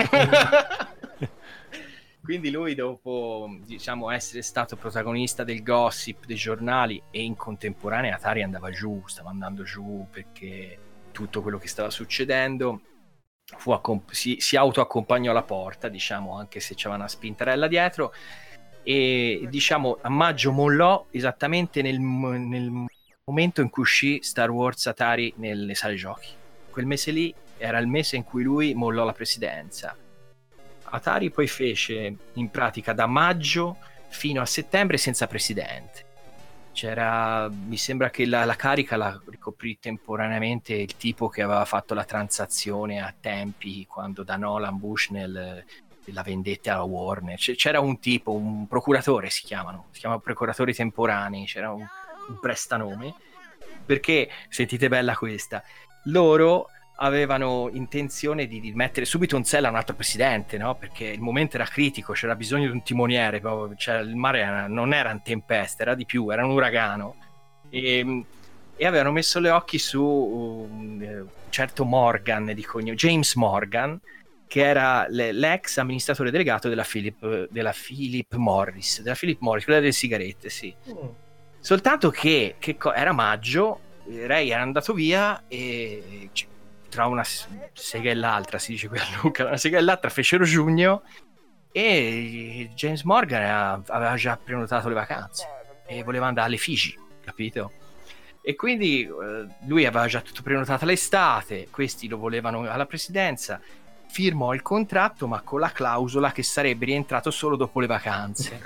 Quindi lui, dopo, diciamo, essere stato protagonista del gossip dei giornali, e in contemporanea Atari stava andando giù perché tutto quello che stava succedendo, si autoaccompagnò alla porta, diciamo, anche se c'era una spintarella dietro, e diciamo a maggio mollò esattamente nel momento in cui uscì Star Wars Atari nelle sale giochi. Quel mese lì era il mese in cui lui mollò la presidenza. Atari poi fece in pratica da maggio fino a settembre senza presidente. Mi sembra che la carica la ricoprì temporaneamente il tipo che aveva fatto la transazione a tempi, quando da Nolan Bushnell la vendette alla Warner. C'era un tipo, un procuratore si chiamano procuratori temporanei, c'era un prestanome, perché, sentite bella questa, loro avevano intenzione di mettere subito in sella un altro presidente, no? Perché il momento era critico, c'era bisogno di un timoniere, cioè, il mare non era un tempesta, era di più, era un uragano, e avevano messo gli occhi su un certo Morgan, James Morgan, che era l'ex amministratore delegato della Philip Morris, quella delle sigarette, sì. Soltanto che era maggio, Ray era andato via, e tra una sega e l'altra, si dice qui a Luca, una sega e l'altra fecero giugno, e James Morgan aveva già prenotato le vacanze e voleva andare alle Figi, capito? E quindi lui aveva già tutto prenotato l'estate, questi lo volevano alla presidenza, firmò il contratto ma con la clausola che sarebbe rientrato solo dopo le vacanze.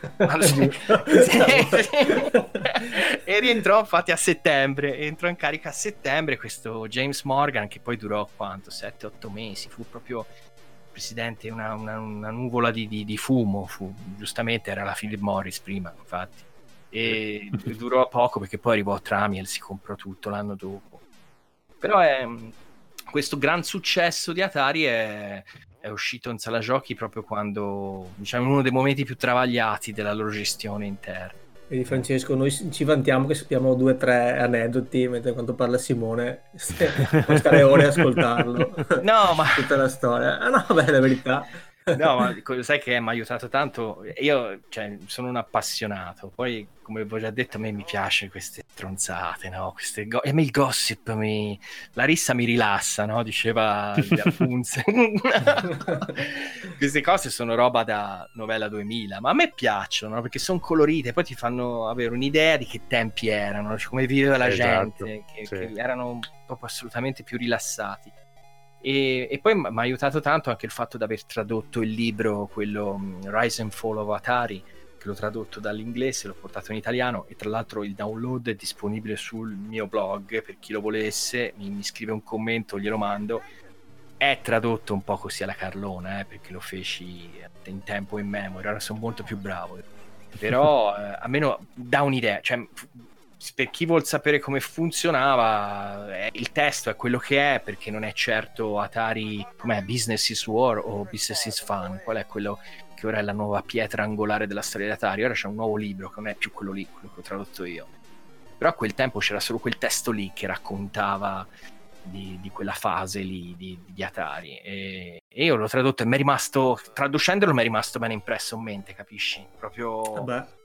E rientrò infatti a settembre, entrò in carica a settembre questo James Morgan, che poi durò quanto? 7-8 mesi, fu proprio presidente, una nuvola di fumo, giustamente era la Philip Morris prima, infatti, e durò poco perché poi arrivò Tramiel, si comprò tutto l'anno dopo. Però questo gran successo di Atari è uscito in sala giochi proprio quando, diciamo, uno dei momenti più travagliati della loro gestione interna. Vedi Francesco, noi ci vantiamo che sappiamo 2 o 3 aneddoti, mentre quando parla Simone puoi stare ore a ascoltarlo. No, ma tutta la storia. No, beh, la verità. No, ma sai che mi ha aiutato tanto? Io, cioè, sono un appassionato. Poi, come vi ho già detto, a me mi piace queste stronzate, no? E a me il gossip, la rissa mi rilassa, no? Diceva Funze. Queste cose sono roba da novella 2000, ma a me piacciono, no? Perché sono colorite, poi ti fanno avere un'idea di che tempi erano, cioè come viveva la gente, che erano proprio assolutamente più rilassati. E poi mi ha aiutato tanto anche il fatto di aver tradotto il libro, quello Rise and Fall of Atari, che l'ho tradotto dall'inglese, l'ho portato in italiano, e tra l'altro il download è disponibile sul mio blog per chi lo volesse, mi scrive un commento, glielo mando. È tradotto un po' così alla Carlona, perché lo feci in tempo e in memoria, ora sono molto più bravo, però almeno dà un'idea, cioè per chi vuol sapere come funzionava, il testo è quello che è, perché non è certo Atari, com'è, Business is War o Business is Fun, qual è quello che ora è la nuova pietra angolare della storia di Atari. Ora c'è un nuovo libro che non è più quello lì, quello che ho tradotto io, però a quel tempo c'era solo quel testo lì che raccontava di quella fase lì di Atari, e io l'ho tradotto e mi è rimasto, traducendolo mi è rimasto bene impresso in mente, capisci? Proprio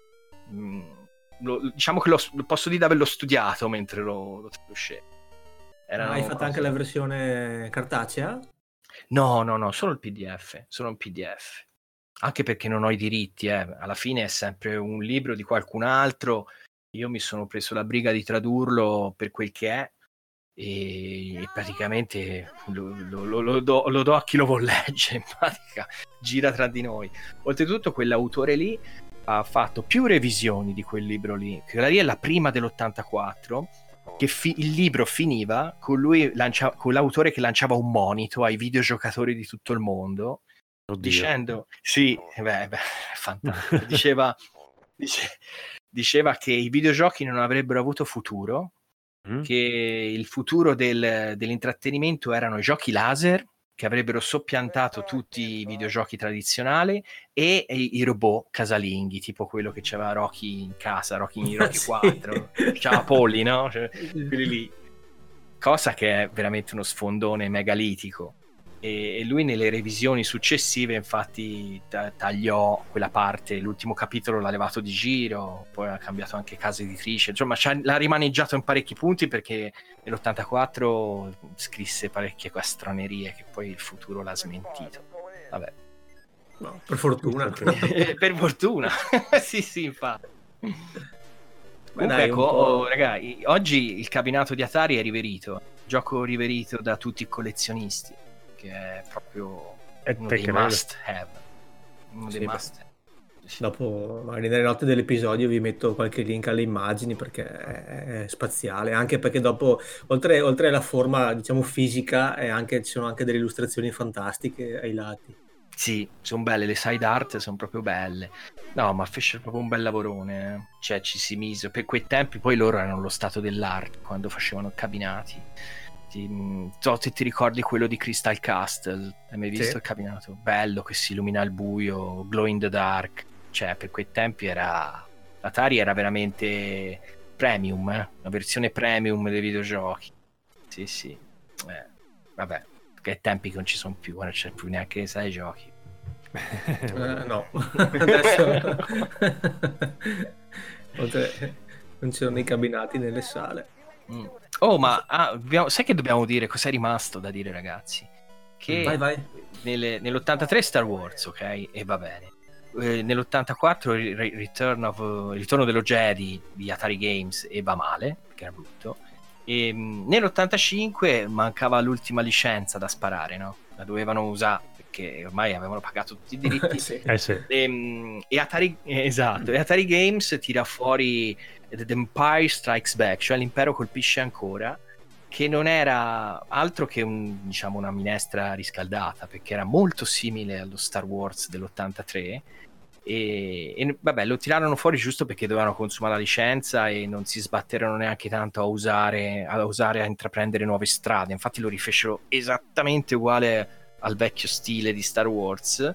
diciamo che posso dire di averlo studiato mentre lo traducevo. Hai fatto anche la versione cartacea? No, solo il PDF, anche perché non ho i diritti, alla fine è sempre un libro di qualcun altro, io mi sono preso la briga di tradurlo per quel che è, e praticamente lo do a chi lo vuol leggere, in pratica gira tra di noi. Oltretutto quell'autore lì ha fatto più revisioni di quel libro lì, che lì è la prima dell'84, che il libro finiva con lui, con l'autore che lanciava un monito ai videogiocatori di tutto il mondo. Oddio. Dicendo sì, fantastico. diceva che i videogiochi non avrebbero avuto futuro che il futuro dell'intrattenimento erano i giochi laser, che avrebbero soppiantato tutti i videogiochi tradizionali, e i robot casalinghi, tipo quello che c'aveva Rocky in casa, Rocky 4, c'aveva Polly, no? Cioè, quelli lì. Cosa che è veramente uno sfondone megalitico. E lui nelle revisioni successive infatti tagliò quella parte, l'ultimo capitolo l'ha levato di giro, poi ha cambiato anche casa editrice, insomma l'ha rimaneggiato in parecchi punti, perché nell'84 scrisse parecchie castronerie che poi il futuro l'ha smentito. Vabbè. No, per fortuna. Per fortuna. sì, infatti. Comunque, ecco, ragazzi, oggi il cabinato di Atari è riverito, gioco riverito da tutti i collezionisti, che è proprio uno dei must have. Uno dei must have. Dopo, magari nelle note dell'episodio vi metto qualche link alle immagini, perché è spaziale, anche perché dopo, oltre alla forma, diciamo, fisica, ci sono anche delle illustrazioni fantastiche ai lati. Sì, sono belle, le side art sono proprio belle. No, ma fece proprio un bel lavorone. Cioè, ci si mise. Per quei tempi poi loro erano lo stato dell'arte, quando facevano cabinati. Ti ricordi quello di Crystal Castle? Hai mai visto il cabinato? Bello, che si illumina al buio, glow in the dark. Cioè, per quei tempi l'Atari era veramente premium, una versione premium dei videogiochi. Sì. Vabbè, che tempi che non ci sono più, non c'è più neanche 6 giochi. No, adesso non c'erano i cabinati nelle sale. Oh, ma sai che dobbiamo dire? Cos'è rimasto da dire, ragazzi? Che vai. Nell'83 Star Wars, ok? E va bene. Nell'84 il ritorno dello Jedi di Atari Games, e va male, perché era brutto. E nell'85 mancava l'ultima licenza da sparare, no? La dovevano usare, perché ormai avevano pagato tutti i diritti. Sì. E Atari, esatto, e Atari Games tira fuori The Empire Strikes Back, cioè l'impero colpisce ancora, che non era altro che una minestra riscaldata, perché era molto simile allo Star Wars dell'83. E vabbè, lo tirarono fuori giusto perché dovevano consumare la licenza e non si sbatterono neanche tanto a intraprendere nuove strade. Infatti lo rifecero esattamente uguale al vecchio stile di Star Wars,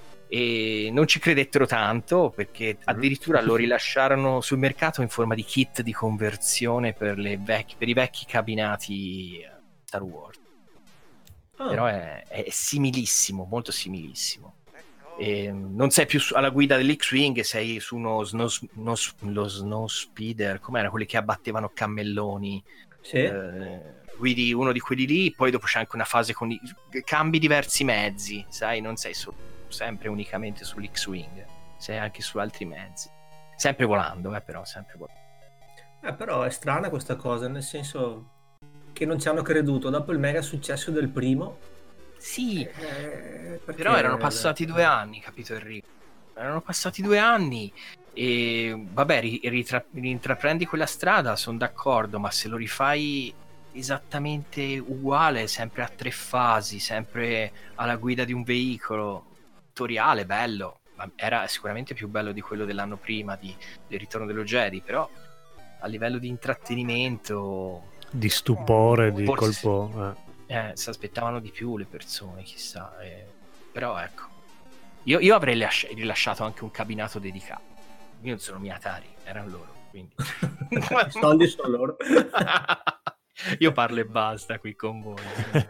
e non ci credettero tanto, perché addirittura lo rilasciarono sul mercato in forma di kit di conversione per i vecchi cabinati Star Wars. Però è similissimo, molto similissimo. E non sei più alla guida dell'X-Wing, sei su lo Snow Speeder, com'era, quelli che abbattevano cammelloni. Sì. Guidi uno di quelli lì, poi dopo c'è anche una fase con cambi diversi mezzi, sai, non sei sempre unicamente sull'X-Wing, sei anche su altri mezzi, sempre volando, però sempre volando. Però è strana questa cosa, nel senso che non ci hanno creduto dopo il mega successo del primo. Sì, però erano passati 2 anni, capito Enrico? Erano passati 2 anni e vabbè, rintraprendi quella strada, sono d'accordo, ma se lo rifai esattamente uguale, sempre a 3 fasi, sempre alla guida di un veicolo, tutoriale, bello, ma era sicuramente più bello di quello dell'anno prima del Ritorno dello Jedi, però a livello di intrattenimento, di stupore, di colpo... si aspettavano di più le persone, chissà, però ecco, io avrei rilasciato anche un cabinato dedicato. Io non sono Atari, erano loro, quindi i soldi sono loro. Io parlo e basta qui con voi.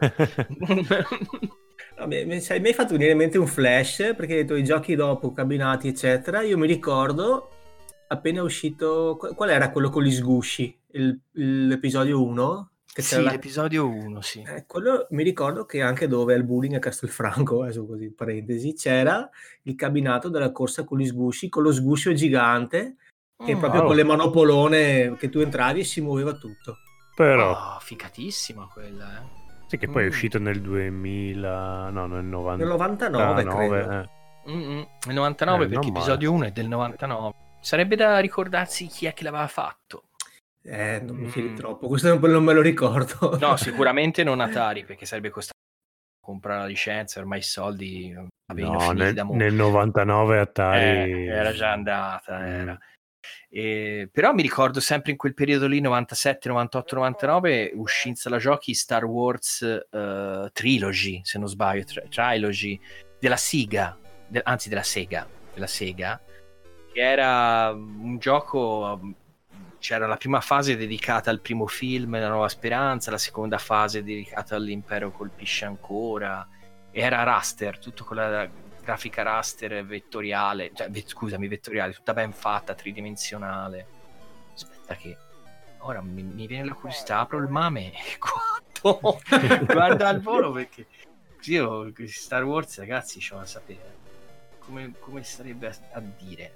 No, mi hai fatto venire in mente un flash, perché hai detto i giochi dopo, cabinati eccetera. Io mi ricordo appena uscito, qual era quello con gli sgusci, l'episodio 1? Sì, l'episodio 1, sì. Quello mi ricordo che anche dove è il bullying a Castelfranco, adesso così in parentesi, c'era il cabinato della corsa con gli sgusci, con lo sguscio gigante, che proprio con le manopolone che tu entravi e si muoveva tutto. Però ficatissima quella, Sì, che poi è uscito nel 2000, no, nel 99 credo. Nel 99, perché episodio 1 è del 99. Sarebbe da ricordarsi chi è che l'aveva fatto. Non mi fidi troppo, questo non me lo ricordo. No, sicuramente non Atari, perché sarebbe costato comprare la licenza, ormai i soldi nel 99 Atari era già andata, era. Però mi ricordo sempre in quel periodo lì, 97, 98, 99, uscì in sala giochi Star Wars Trilogy, se non sbaglio, Trilogy, della Sega, anzi della Sega, che era un gioco, c'era la prima fase dedicata al primo film, La Nuova Speranza, la seconda fase dedicata all'Impero colpisce ancora, e era raster, tutto con la grafica raster vettoriale, cioè vettoriale, tutta ben fatta, tridimensionale. Aspetta che ora mi viene la curiosità, apro il MAME e guardo al volo, perché io Star Wars, ragazzi, c'ho da sapere come sarebbe a dire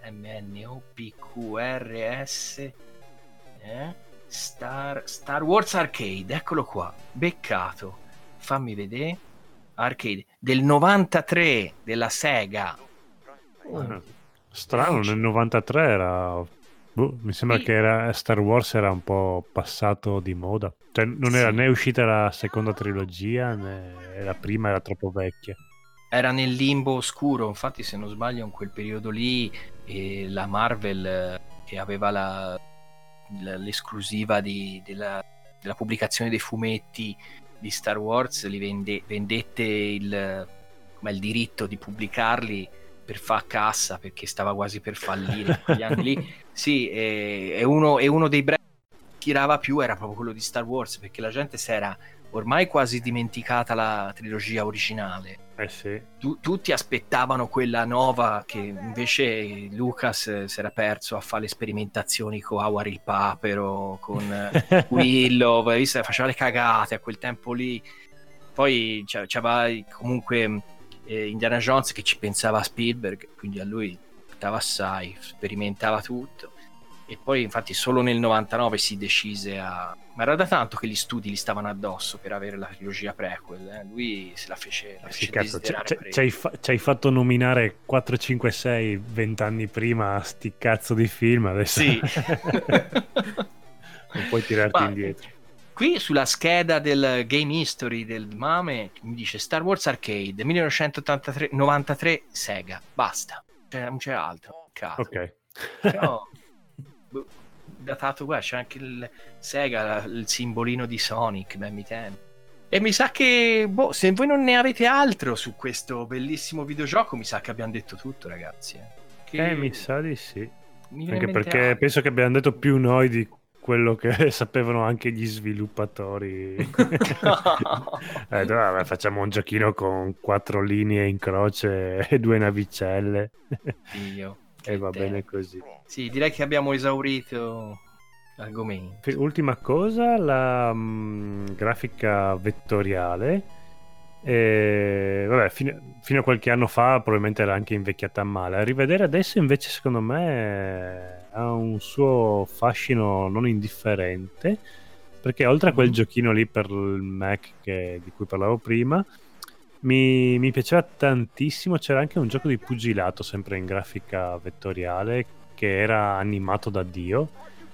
MNOPQRS Star Wars Arcade, eccolo qua, beccato, fammi vedere, Arcade del 93 della Sega. Strano, nel 93 era mi sembra che Star Wars era un po' passato di moda, cioè non era né uscita la seconda trilogia né la prima, era troppo vecchia, era nel limbo oscuro. Infatti, se non sbaglio, in quel periodo lì la Marvel, che aveva l'esclusiva della pubblicazione dei fumetti di Star Wars, li vendette il diritto di pubblicarli per far cassa, perché stava quasi per fallire quegli anni lì. Sì, e uno dei brand che tirava più era proprio quello di Star Wars, perché la gente si era ormai quasi dimenticata la trilogia originale. Sì. Tutti aspettavano quella nuova, che invece Lucas si era perso a fare le sperimentazioni con Howard il Papero, con Willow, faceva le cagate a quel tempo lì. Poi c'aveva comunque Indiana Jones, che ci pensava Spielberg, quindi a lui portava assai, sperimentava tutto. E poi infatti solo nel 99 si decise ma era da tanto che gli studi gli stavano addosso per avere la trilogia prequel, lui se la fece, cazzo, ci hai fatto nominare 4, 5, 6 20 anni prima sti cazzo di film, adesso sì. Non puoi tirarti indietro. Qui sulla scheda del Game History del MAME mi dice Star Wars Arcade 1993 Sega, basta, non c'è altro. Ok. Però datato qua, c'è anche il Sega, il simbolino di Sonic, ben mi temo. E mi sa che se voi non ne avete altro su questo bellissimo videogioco, mi sa che abbiamo detto tutto, ragazzi. Mi sa di sì, anche perché penso che abbiamo detto più noi di quello che sapevano anche gli sviluppatori. Facciamo un giochino con 4 linee in croce e 2 navicelle. E va bene così. Sì, direi che abbiamo esaurito l'argomento. Ultima cosa, la grafica vettoriale. Vabbè, fino a qualche anno fa probabilmente era anche invecchiata male. A rivedere adesso invece secondo me ha un suo fascino non indifferente, perché oltre a quel giochino lì per il Mac di cui parlavo prima, mi piaceva tantissimo. C'era anche un gioco di pugilato sempre in grafica vettoriale che era animato da Dio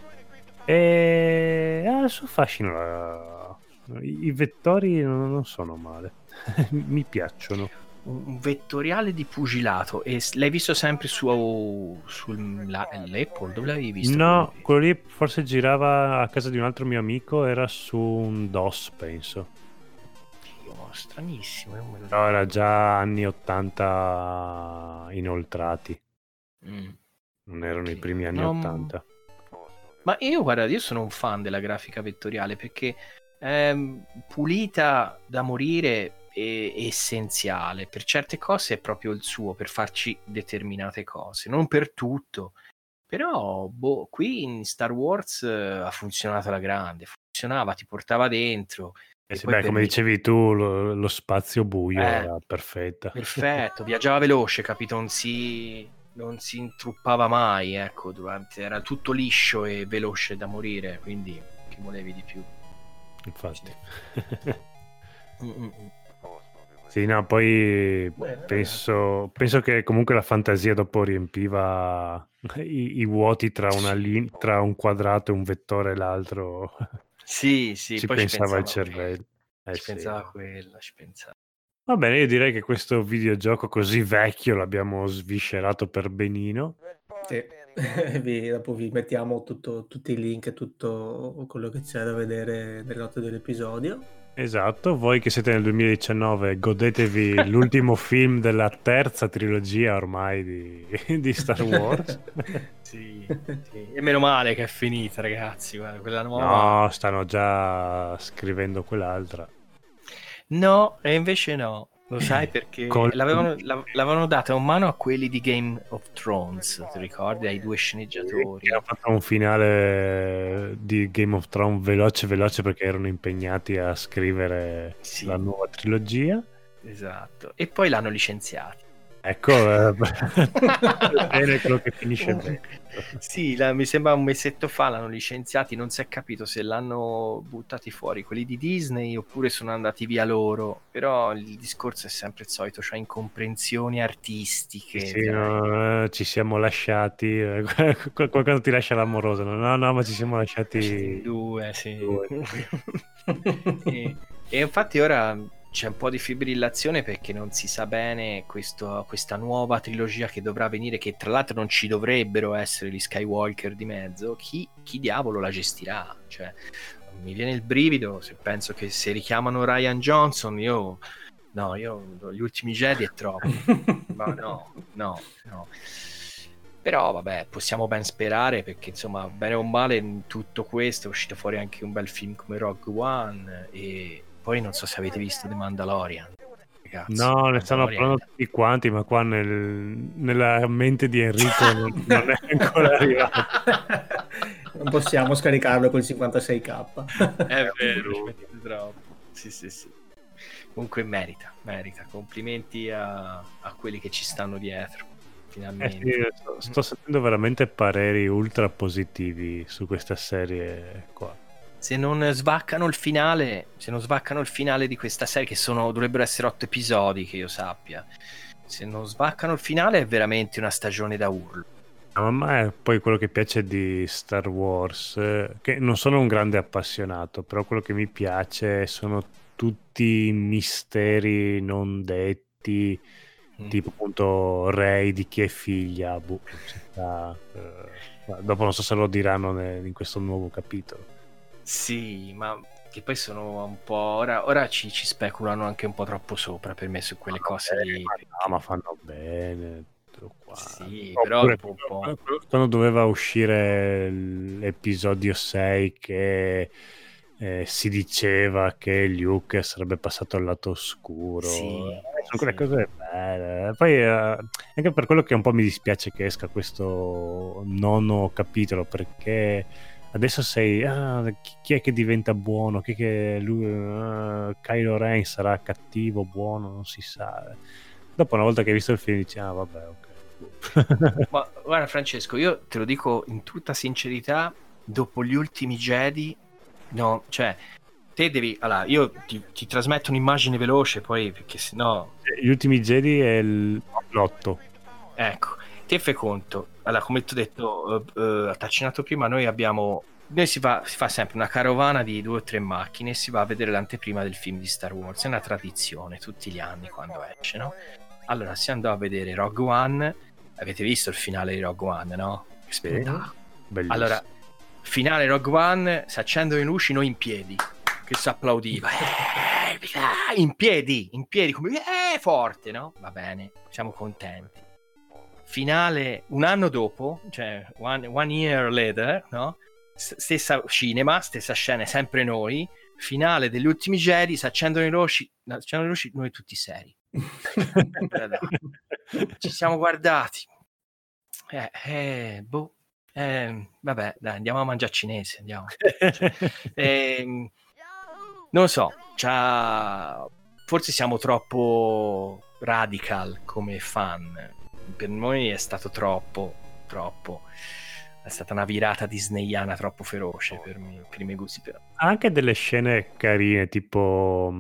e ha il suo fascino. I vettori non sono male. Mi piacciono. Un vettoriale di pugilato, e l'hai visto sempre sull'Apple? Dove l'avevi visto? No, quello lì forse girava a casa di un altro mio amico, era su un DOS, penso. Stranissimo. No, era già anni 80 inoltrati. Non erano i primi anni 80. Ma io sono un fan della grafica vettoriale, perché pulita da morire, è essenziale. Per certe cose è proprio il suo, per farci determinate cose, non per tutto. Però qui in Star Wars ha funzionato alla grande, funzionava, ti portava dentro. Come dicevi tu, lo spazio buio era perfetto, viaggiava veloce, capito? Non si intruppava mai, ecco, era tutto liscio e veloce da morire, quindi che volevi di più? Infatti. Sì, no, poi penso che comunque la fantasia dopo riempiva i vuoti tra un quadrato e un vettore e l'altro. Sì, ci poi pensava il cervello. Pensava quello, ci pensava. Va bene, io direi che questo videogioco così vecchio l'abbiamo sviscerato per benino. Sì. Dopo vi mettiamo tutti i link e tutto quello che c'è da vedere nelle note dell'episodio. Esatto, voi che siete nel 2019 godetevi l'ultimo film della terza trilogia ormai di Star Wars. Sì. E meno male che è finita, ragazzi, guarda, quella nuova... No, stanno già scrivendo quell'altra. No, e invece no. Lo sai perché l'avevano data in mano a quelli di Game of Thrones, ti ricordi? Ai 2 sceneggiatori. Che hanno fatto un finale di Game of Thrones veloce perché erano impegnati a scrivere la nuova trilogia. Esatto. E poi l'hanno licenziati. Ecco, bene quello che finisce bene. Sì, mi sembra un mesetto fa l'hanno licenziati, non si è capito se l'hanno buttati fuori quelli di Disney oppure sono andati via loro, però il discorso è sempre il solito, cioè incomprensioni artistiche. Sì, no, ci siamo lasciati, quando ti lascia l'amoroso, no, ma ci siamo lasciati due, sì. E infatti ora c'è un po' di fibrillazione perché non si sa bene questa nuova trilogia che dovrà venire, che tra l'altro non ci dovrebbero essere gli Skywalker di mezzo. Chi diavolo la gestirà? Cioè, mi viene il brivido se penso che se richiamano Rian Johnson gli ultimi Jedi è troppo. Ma no. Però vabbè, possiamo ben sperare perché insomma, bene o male in tutto questo è uscito fuori anche un bel film come Rogue One e poi non so se avete visto The Mandalorian. Ragazzi, no, ne stanno parlando tutti quanti, ma qua nella mente di Enrico non è ancora arrivato. Non possiamo scaricarlo col 56k. È vero, troppo. Sì. Comunque merita. Complimenti a quelli che ci stanno dietro. Finalmente. Sì, sto sentendo veramente pareri ultra positivi su questa serie qua. Se non svaccano il finale di questa serie, che dovrebbero essere 8 episodi che io sappia, se non svaccano il finale è veramente una stagione da urlo. A me è poi quello che piace di Star Wars, che non sono un grande appassionato, però quello che mi piace sono tutti misteri non detti, tipo appunto Rey di chi è figlia, dopo non so se lo diranno in questo nuovo capitolo. Sì, ma che poi sono un po'... Ora ci speculano anche un po' troppo sopra per me su quelle cose lì. Ma fanno bene. Sì, però dopo un po'. Quando doveva uscire l'episodio 6 che si diceva che Luke sarebbe passato al lato oscuro, sono quelle cose belle. Poi anche per quello che un po' mi dispiace che esca questo nono capitolo, perché adesso sei chi è che diventa buono, chi è che lui, Kylo Ren sarà cattivo, buono, non si sa. Dopo una volta che hai visto il film dici vabbè, ok. Ma guarda Francesco, io te lo dico in tutta sincerità, dopo gli ultimi Jedi, no, cioè te devi, allora io ti trasmetto un'immagine veloce poi perché sennò gli ultimi Jedi è l'8. Ecco, te fai conto, allora come ti ho detto, attacinato prima, noi si fa sempre una carovana di 2 o 3 macchine e si va a vedere l'anteprima del film di Star Wars, è una tradizione tutti gli anni quando esce, no? Allora si andò a vedere Rogue One. Avete visto il finale di Rogue One, no? Che spettacolo. Bellissimo. Allora, finale Rogue One, si accendono le luci, noi in piedi, che si applaudiva. In piedi, come forte, no? Va bene, siamo contenti. Finale un anno dopo, cioè one year later, no? Stessa cinema, stessa scena, sempre noi. Finale degli ultimi Jedi, si accendono le luci, noi tutti seri. Ci siamo guardati. Vabbè, dai, andiamo a mangiare cinese, andiamo. Non lo so, forse siamo troppo radical come fan. Per noi è stato troppo. È stata una virata disneyana troppo feroce per i miei gusti. Però. Anche delle scene carine, tipo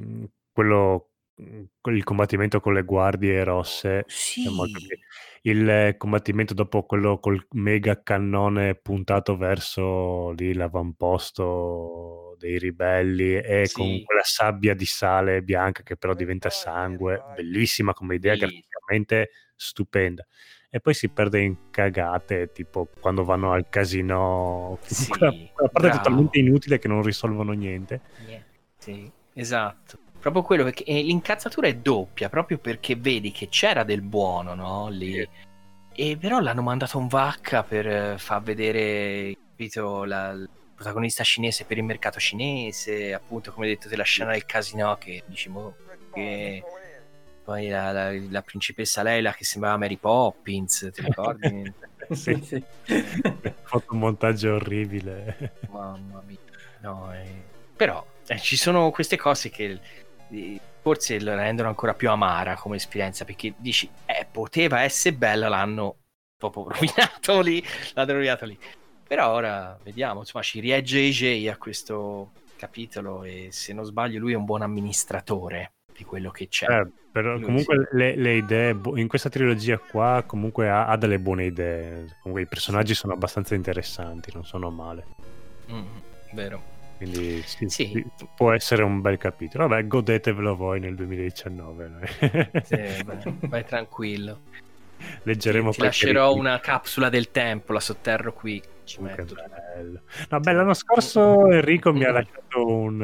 il combattimento con le guardie rosse. Sì. Il combattimento dopo quello col mega cannone puntato verso lì l'avamposto dei ribelli e con quella sabbia di sale bianca che però diventa sangue, bellissima come idea, graficamente stupenda. e poi si perde in cagate, tipo quando vanno al casino, Sì, quella parte bravo. totalmente inutile che non risolvono niente. Sì, esatto. Proprio quello, perché l'incazzatura è doppia, proprio perché vedi che c'era del buono, no? Lì. E però l'hanno mandato in vacca per far vedere, capito, il protagonista cinese per il mercato cinese, appunto, come hai detto, della scena del casino, che diciamo che poi la principessa Leila che sembrava Mary Poppins, ti ricordi? Sì. Fotomontaggio orribile. Mamma mia. No, però ci sono queste cose che forse lo rendono ancora più amara come esperienza, perché dici poteva essere bella, l'hanno proprio rovinato lì, però ora vediamo, insomma, ci riegge JJ a questo capitolo e se non sbaglio lui è un buon amministratore di quello che c'è. Però Lui comunque le idee in questa trilogia qua comunque ha delle buone idee, comunque i personaggi sono abbastanza interessanti, non sono male. Vero. Quindi sì, può essere un bel capitolo. Vabbè, godetevelo voi nel 2019. Sì, vai tranquillo. Leggeremo ti lascerò una capsula del tempo, la sotterro qui. Ci metto. Bello. No, beh, l'anno scorso Enrico mi ha lasciato un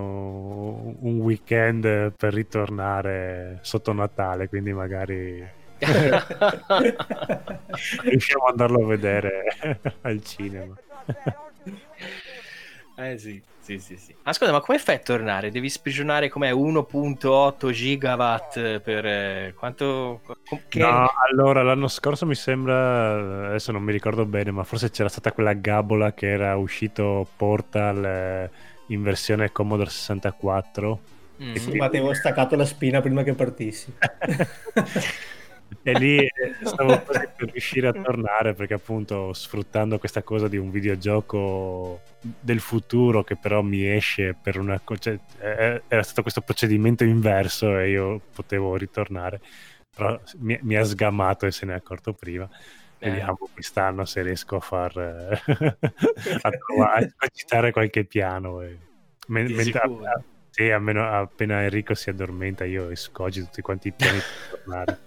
weekend per ritornare sotto Natale, quindi magari riusciamo ad andarlo a vedere al cinema. Sì. Ascolta, ma come fai a tornare? Devi sprigionare com'è 1.8 gigawatt per quanto? No, allora l'anno scorso mi sembra, adesso non mi ricordo bene, ma forse c'era stata quella gabola che era uscito Portal in versione Commodore 64. Sì, ma ti avevo staccato la spina prima che partissi. E lì stavo quasi per riuscire a tornare, perché appunto sfruttando questa cosa di un videogioco del futuro che però mi esce per una cioè, era stato questo procedimento inverso e io potevo ritornare, però mi ha sgamato e se ne è accorto prima. Vediamo quest'anno se riesco a a cogitare qualche piano sì, almeno appena Enrico si addormenta io escogito tutti quanti i piani per tornare.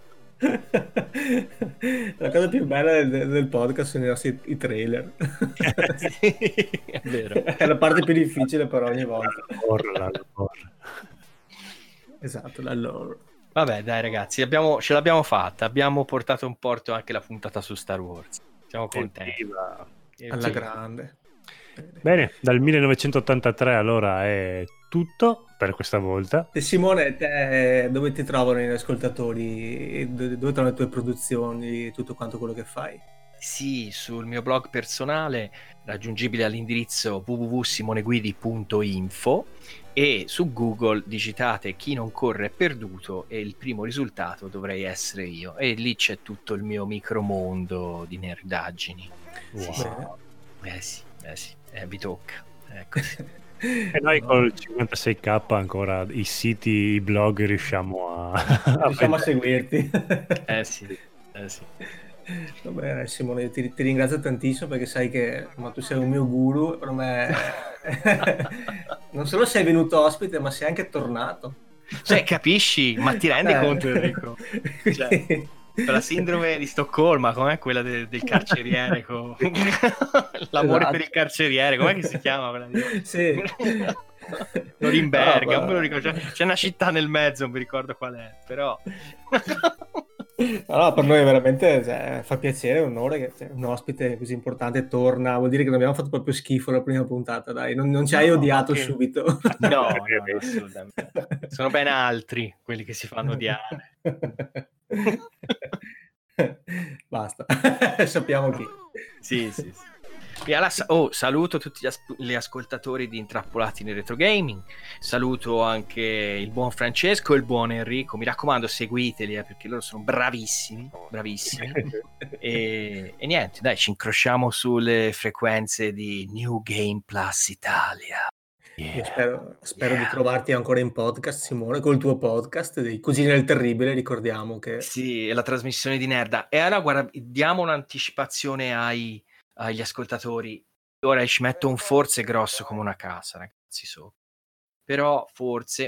La cosa più bella del podcast sono i trailer. Sì, è vero. È la parte più difficile però ogni volta. La lore. Esatto, la lore. Vabbè, dai ragazzi, ce l'abbiamo fatta, abbiamo portato in porto anche la puntata su Star Wars. Siamo contenti. Alla grande. Bene, dal 1983 allora è tutto per questa volta. E Simone, te dove ti trovano i ascoltatori? Dove trovano le tue produzioni, tutto quanto quello che fai? Sì, sul mio blog personale, raggiungibile all'indirizzo www.simoneguidi.info, e su Google digitate "chi non corre è perduto" e il primo risultato dovrei essere io, e lì c'è tutto il mio micromondo di nerdaggini. Wow. Sì, vi tocca. Ecco. E noi col 56k ancora i siti, i blog riusciamo a seguirti. Sì. Vabbè, Simone, ti ringrazio tantissimo perché sai che tu sei un mio guru, per me non solo sei venuto ospite ma sei anche tornato. Cioè, capisci? Ma ti rendi conto, Enrico? Cioè, la sindrome di Stoccolma, com'è quella del carceriere con l'amore per il carceriere, com'è che si chiama quella di... Sì. Norimberga, non me lo ricordo, c'è una città nel mezzo, non mi ricordo qual è, però no, per noi veramente fa piacere, è un onore che un ospite così importante torna, vuol dire che non abbiamo fatto proprio schifo la prima puntata, dai, non ci hai odiato subito. No, assolutamente. Sono ben altri quelli che si fanno odiare. Basta, sappiamo chi. Sì. Saluto tutti gli ascoltatori di Intrappolati nel Retro Gaming, saluto anche il buon Francesco e il buon Enrico, mi raccomando seguiteli perché loro sono bravissimi e niente, dai, ci incrociamo sulle frequenze di New Game Plus Italia. Io spero di trovarti ancora in podcast, Simone, col tuo podcast dei Cugini del Terribile, ricordiamo che... Sì, è la trasmissione di Nerda. E allora, guarda, diamo un'anticipazione agli ascoltatori. Ora ci metto un forse grosso come una casa, ragazzi, però forse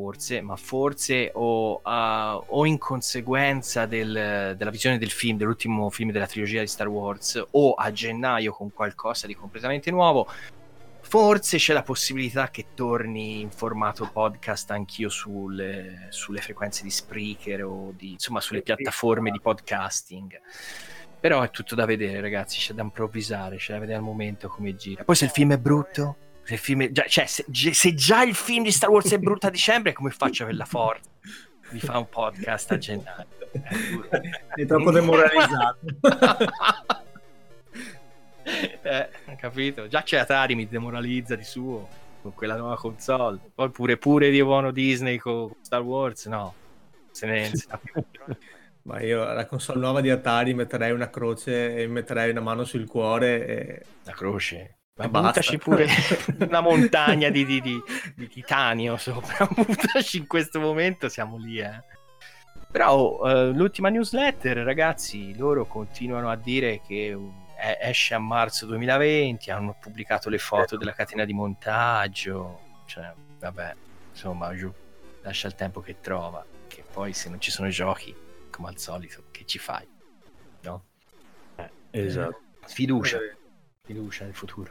o in conseguenza della visione del film, dell'ultimo film della trilogia di Star Wars, o a gennaio con qualcosa di completamente nuovo, forse c'è la possibilità che torni in formato podcast anch'io sulle frequenze di Spreaker o insomma sulle piattaforme di podcasting. Però è tutto da vedere, ragazzi, c'è da improvvisare, c'è da vedere al momento come gira. Poi se il film è brutto, se già il film di Star Wars è brutto a dicembre, come faccio per la forza di fare un podcast a gennaio? È troppo demoralizzato. Capito? Già c'è Atari, mi demoralizza di suo con quella nuova console. Poi pure di buono Disney con Star Wars, no, se ne sta più. Ma io alla console nuova di Atari metterei una croce e metterei una mano sul cuore e... La croce? Ma buttaci pure una montagna di titanio sopra, buttaci in questo momento, siamo lì, Però l'ultima newsletter, ragazzi, loro continuano a dire che esce a marzo 2020, hanno pubblicato le foto della catena di montaggio, cioè vabbè, insomma, giù, lascia il tempo che trova, che poi se non ci sono giochi, come al solito, che ci fai, no? Esatto. Fiducia nel futuro.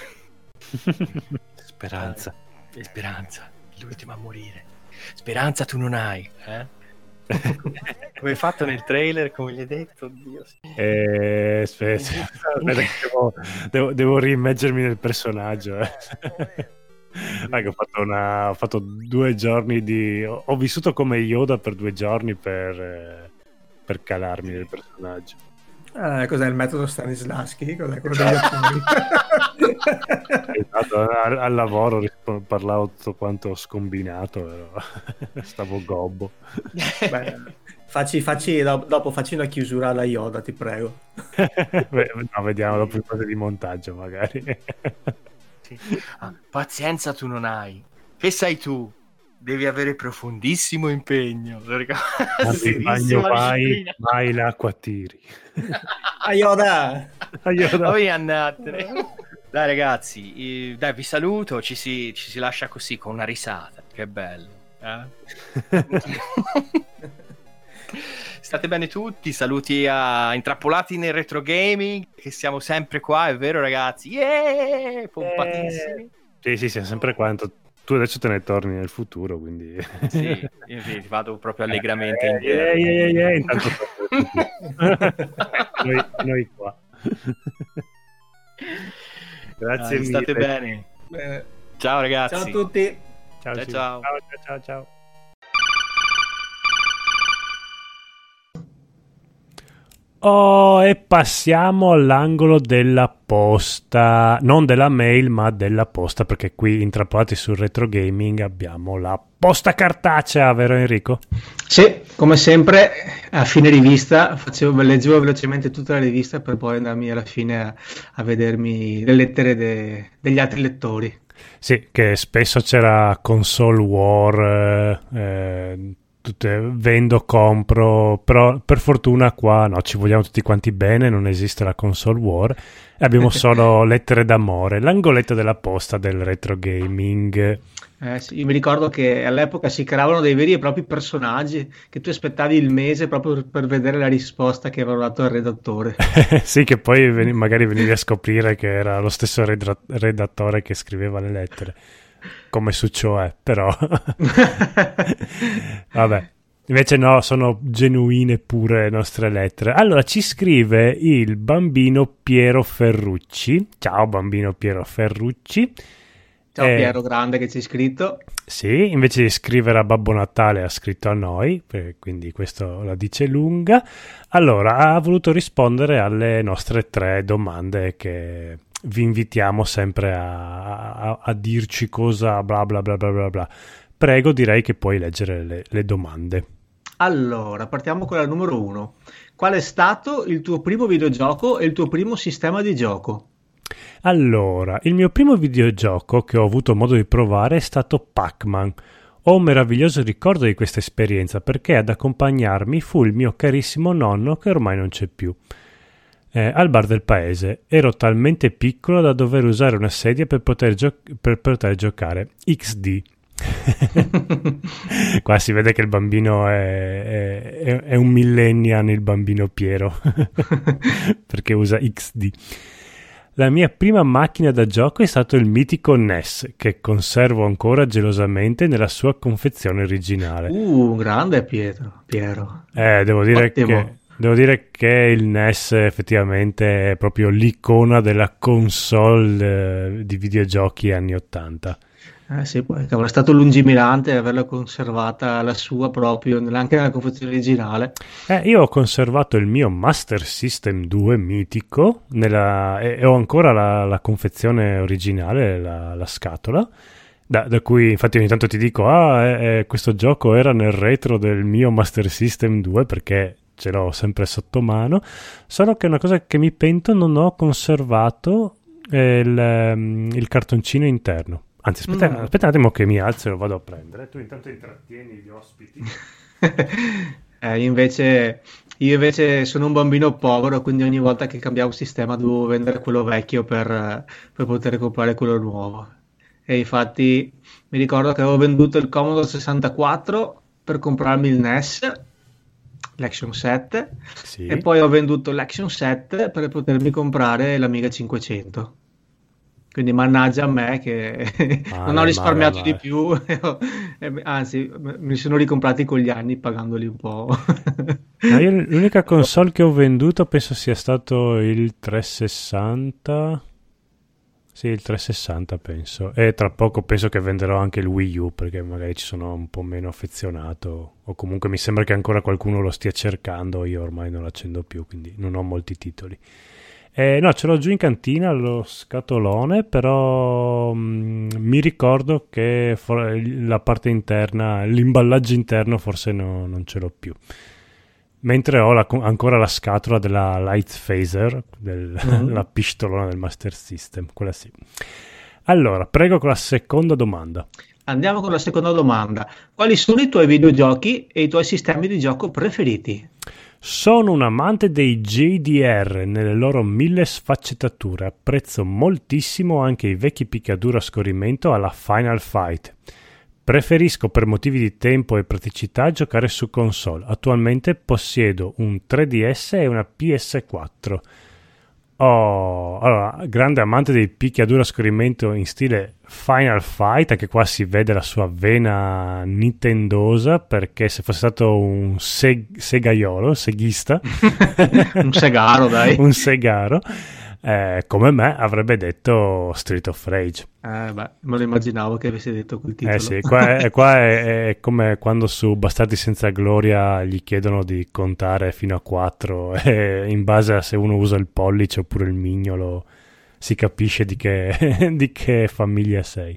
Speranza. E speranza, l'ultima a morire. Speranza tu non hai, Come hai fatto nel trailer, come gli hai detto? Oddio, sì. Aspetta, devo riimmergermi nel personaggio. Ho fatto 2 giorni ho vissuto come Yoda per 2 giorni per calarmi nel personaggio. Cos'è il metodo Stanislavski? Cos'è quello degli attori? Esatto, al lavoro parlavo tutto quanto scombinato, stavo gobbo. Beh, dopo facci una chiusura alla Yoda, ti prego. No, vediamo dopo il fase di montaggio magari. Sì. Pazienza tu non hai, che sai tu? Devi avere profondissimo impegno. Vai l'acqua tiri. Yoda. Poi andatene. Dai ragazzi, dai, vi saluto, ci si lascia così con una risata, che bello, State bene tutti, saluti a Intrappolati nel Retro Gaming, che siamo sempre qua, è vero ragazzi? Yeah! Pompatissimi. Sì, siamo sempre qua. Tu adesso te ne torni nel futuro, quindi... Sì, io vado proprio allegramente indietro. Intanto noi qua. Grazie mille. State bene. Ciao ragazzi. Ciao a tutti. Ciao. E passiamo all'angolo della posta, non della mail ma della posta, perché qui intrappolati sul Retro Gaming abbiamo la posta cartacea, vero Enrico? Sì, come sempre a fine rivista leggevo velocemente tutta la rivista per poi andarmi alla fine a vedermi le lettere degli altri lettori. Sì, che spesso c'era console war, tutte vendo, compro, però per fortuna qua no, ci vogliamo tutti quanti bene, non esiste la console war e abbiamo solo lettere d'amore, l'angoletto della posta del Retro Gaming. Sì, io mi ricordo che all'epoca si creavano dei veri e propri personaggi che tu aspettavi il mese proprio per vedere la risposta che aveva dato il redattore. Sì, che poi magari venivi a scoprire che era lo stesso redattore che scriveva le lettere, come su Cioè, però vabbè, invece no, sono genuine pure le nostre lettere. Allora ci scrive il bambino Piero Ferrucci. Ciao bambino Piero Ferrucci. Ciao Piero grande che ci hai scritto. Sì, invece di scrivere a Babbo Natale ha scritto a noi, quindi questo la dice lunga. Allora ha voluto rispondere alle nostre 3 domande che vi invitiamo sempre a dirci cosa bla bla bla bla bla bla. Prego, direi che puoi leggere le domande. Allora, partiamo con la numero 1. Qual è stato il tuo primo videogioco e il tuo primo sistema di gioco? Allora, il mio primo videogioco che ho avuto modo di provare è stato Pac-Man. Ho un meraviglioso ricordo di questa esperienza perché ad accompagnarmi fu il mio carissimo nonno che ormai non c'è più. Al bar del paese ero talmente piccolo da dover usare una sedia per poter giocare XD. Qua si vede che il bambino è un millennial, il bambino Piero, perché usa XD. La mia prima macchina da gioco è stato il mitico NES, che conservo ancora gelosamente nella sua confezione originale. Grande Piero. Devo dire che il NES effettivamente è proprio l'icona della console di videogiochi anni 80. Sì, è stato lungimirante averla conservata la sua proprio, anche nella confezione originale. Io ho conservato il mio Master System 2 mitico e ho ancora la confezione originale, la scatola, da cui infatti ogni tanto ti dico questo gioco era nel retro del mio Master System 2 perché ce l'ho sempre sotto mano, solo che una cosa che mi pento, non ho conservato il cartoncino interno. Anzi, aspetta un attimo che mi alzo e lo vado a prendere. Tu intanto intrattieni gli ospiti. Io invece sono un bambino povero, quindi ogni volta che cambiavo sistema dovevo vendere quello vecchio per poter comprare quello nuovo. E infatti mi ricordo che avevo venduto il Commodore 64 per comprarmi il NES, l'Action 7, sì. E poi ho venduto l'Action 7 per potermi comprare l'Amiga 500. Quindi mannaggia a me che non ho risparmiato di più, anzi mi sono ricomprati con gli anni pagandoli un po'. Io l'unica console che ho venduto penso sia stato il 360. Sì, il 360 penso. E tra poco penso che venderò anche il Wii U perché magari ci sono un po' meno affezionato. O comunque mi sembra che ancora qualcuno lo stia cercando. Io ormai non l'accendo più, quindi non ho molti titoli. No, ce l'ho giù in cantina lo scatolone, però mi ricordo che la parte interna, l'imballaggio interno forse non ce l'ho più. Mentre ho ancora la scatola della Light Phaser, la pistolona del Master System, quella sì. Allora, prego con la seconda domanda. Andiamo con la seconda domanda. Quali sono i tuoi videogiochi e i tuoi sistemi di gioco preferiti? Sono un amante dei JDR nelle loro 1000 sfaccettature. Apprezzo moltissimo anche i vecchi picchiaduro a scorrimento alla Final Fight. Preferisco per motivi di tempo e praticità giocare su console. Attualmente possiedo un 3DS e una PS4. Allora, grande amante dei picchiaduro a scorrimento in stile Final Fight, anche qua si vede la sua vena nintendosa, perché se fosse stato un seghista un segaro, dai, un segaro, come me avrebbe detto Street of Rage. Me lo immaginavo che avesse detto quel titolo. Sì, qua è come quando su Bastardi senza gloria gli chiedono di contare fino a 4 e in base a se uno usa il pollice oppure il mignolo si capisce di che famiglia sei.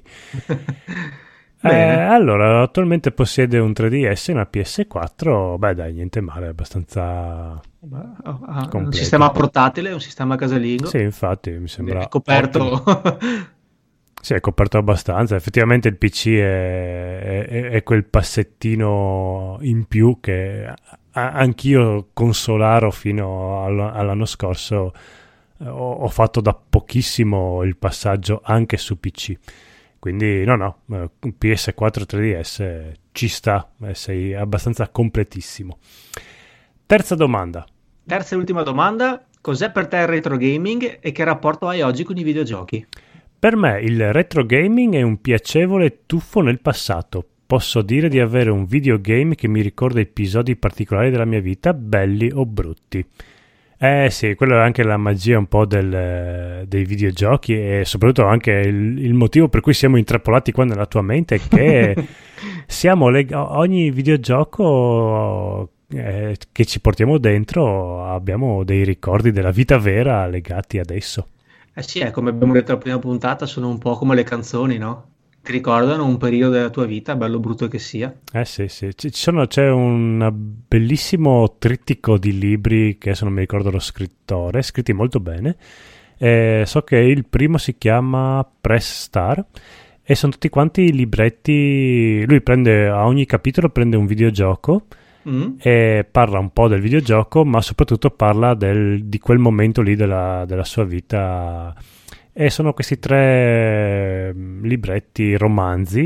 Allora, attualmente possiede un 3DS e una PS4. Beh, dai, niente male, è abbastanza completo. Un sistema portatile, un sistema casalingo. Sì, infatti, mi sembra è coperto. Sì, è coperto abbastanza. Effettivamente il PC è quel passettino in più che anch'io consolaro fino all'anno scorso ho fatto da pochissimo il passaggio anche su PC. Quindi no, PS4 3DS ci sta, sei abbastanza completissimo. Terza e ultima domanda. Cos'è per te il retro gaming e che rapporto hai oggi con i videogiochi? Per me il retro gaming è un piacevole tuffo nel passato. Posso dire di avere un videogame che mi ricorda episodi particolari della mia vita, belli o brutti. Sì, quello è anche la magia un po' dei videogiochi e soprattutto anche il motivo per cui siamo intrappolati qua nella tua mente è che ogni videogioco che ci portiamo dentro abbiamo dei ricordi della vita vera legati ad esso. Sì, come abbiamo detto alla prima puntata, sono un po' come le canzoni, no? Ti ricordano un periodo della tua vita, bello o brutto che sia. Sì. C'è un bellissimo trittico di libri che adesso non mi ricordo lo scrittore, scritti molto bene. So che il primo si chiama Press Star e sono tutti quanti libretti. Lui a ogni capitolo prende un videogioco e parla un po' del videogioco, ma soprattutto parla di quel momento lì della sua vita. E sono questi 3 libretti romanzi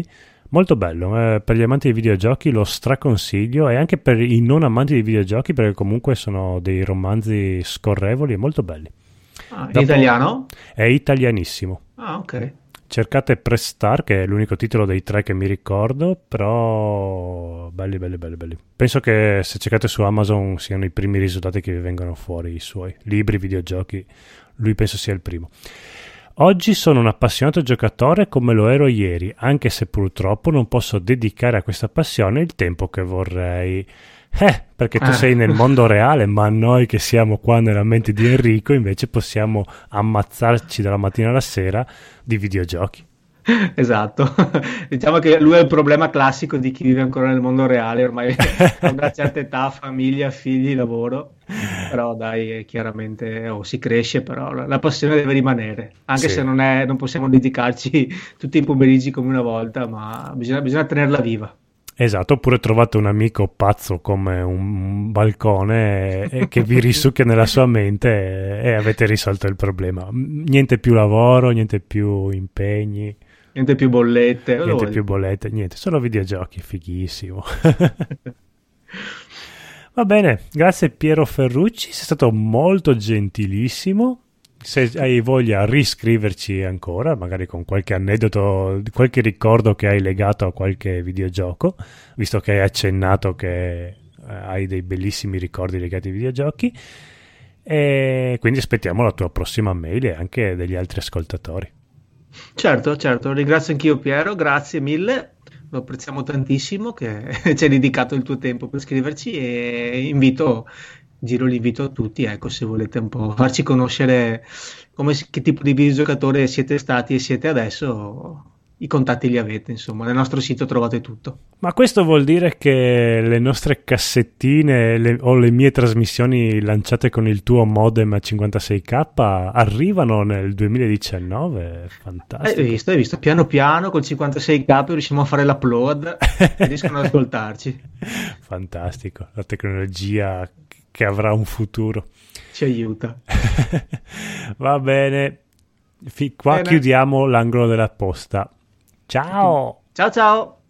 Molto bello, per gli amanti di videogiochi lo straconsiglio, e anche per i non amanti di videogiochi, perché comunque sono dei romanzi scorrevoli e molto belli. È italiano? È italianissimo. Ah, ok. Cercate Prestar, che è l'unico titolo dei 3 che mi ricordo, però belli. Penso che se cercate su Amazon siano i primi risultati che vi vengono fuori, i suoi libri, videogiochi, lui penso sia il primo. Oggi sono un appassionato giocatore come lo ero ieri, anche se purtroppo non posso dedicare a questa passione il tempo che vorrei. Perché tu sei nel mondo reale, ma noi che siamo qua nella mente di Enrico invece possiamo ammazzarci dalla mattina alla sera di videogiochi. Esatto, diciamo che lui è il problema classico di chi vive ancora nel mondo reale, ormai ha una certa età, famiglia, figli, lavoro, però dai, chiaramente si cresce, però la passione deve rimanere, anche se non possiamo dedicarci tutti i pomeriggi come una volta, ma bisogna tenerla viva. Esatto, oppure trovate un amico pazzo come un balcone che vi risucchia nella sua mente e avete risolto il problema. Niente più lavoro, niente più impegni. Niente più bollette. Niente, solo videogiochi, fighissimo. Va bene, grazie Piero Ferrucci, sei stato molto gentilissimo. Se hai voglia riscriverci ancora, magari con qualche aneddoto, qualche ricordo che hai legato a qualche videogioco, visto che hai accennato che hai dei bellissimi ricordi legati ai videogiochi, e quindi aspettiamo la tua prossima mail e anche degli altri ascoltatori. Certo, ringrazio anch'io Piero, grazie mille, lo apprezziamo tantissimo che ci hai dedicato il tuo tempo per scriverci, e giro l'invito a tutti, ecco, se volete un po' farci conoscere che tipo di videogiocatore siete stati e siete adesso, i contatti li avete, insomma, nel nostro sito trovate tutto. Ma questo vuol dire che le nostre cassettine o le mie trasmissioni lanciate con il tuo modem a 56k arrivano nel 2019? Fantastico. Hai visto, piano piano col 56k riusciamo a fare l'upload e riescono ad ascoltarci. Fantastico, la tecnologia che avrà un futuro. Ci aiuta. Va bene, qua chiudiamo l'angolo della posta. Ciao! Ciao!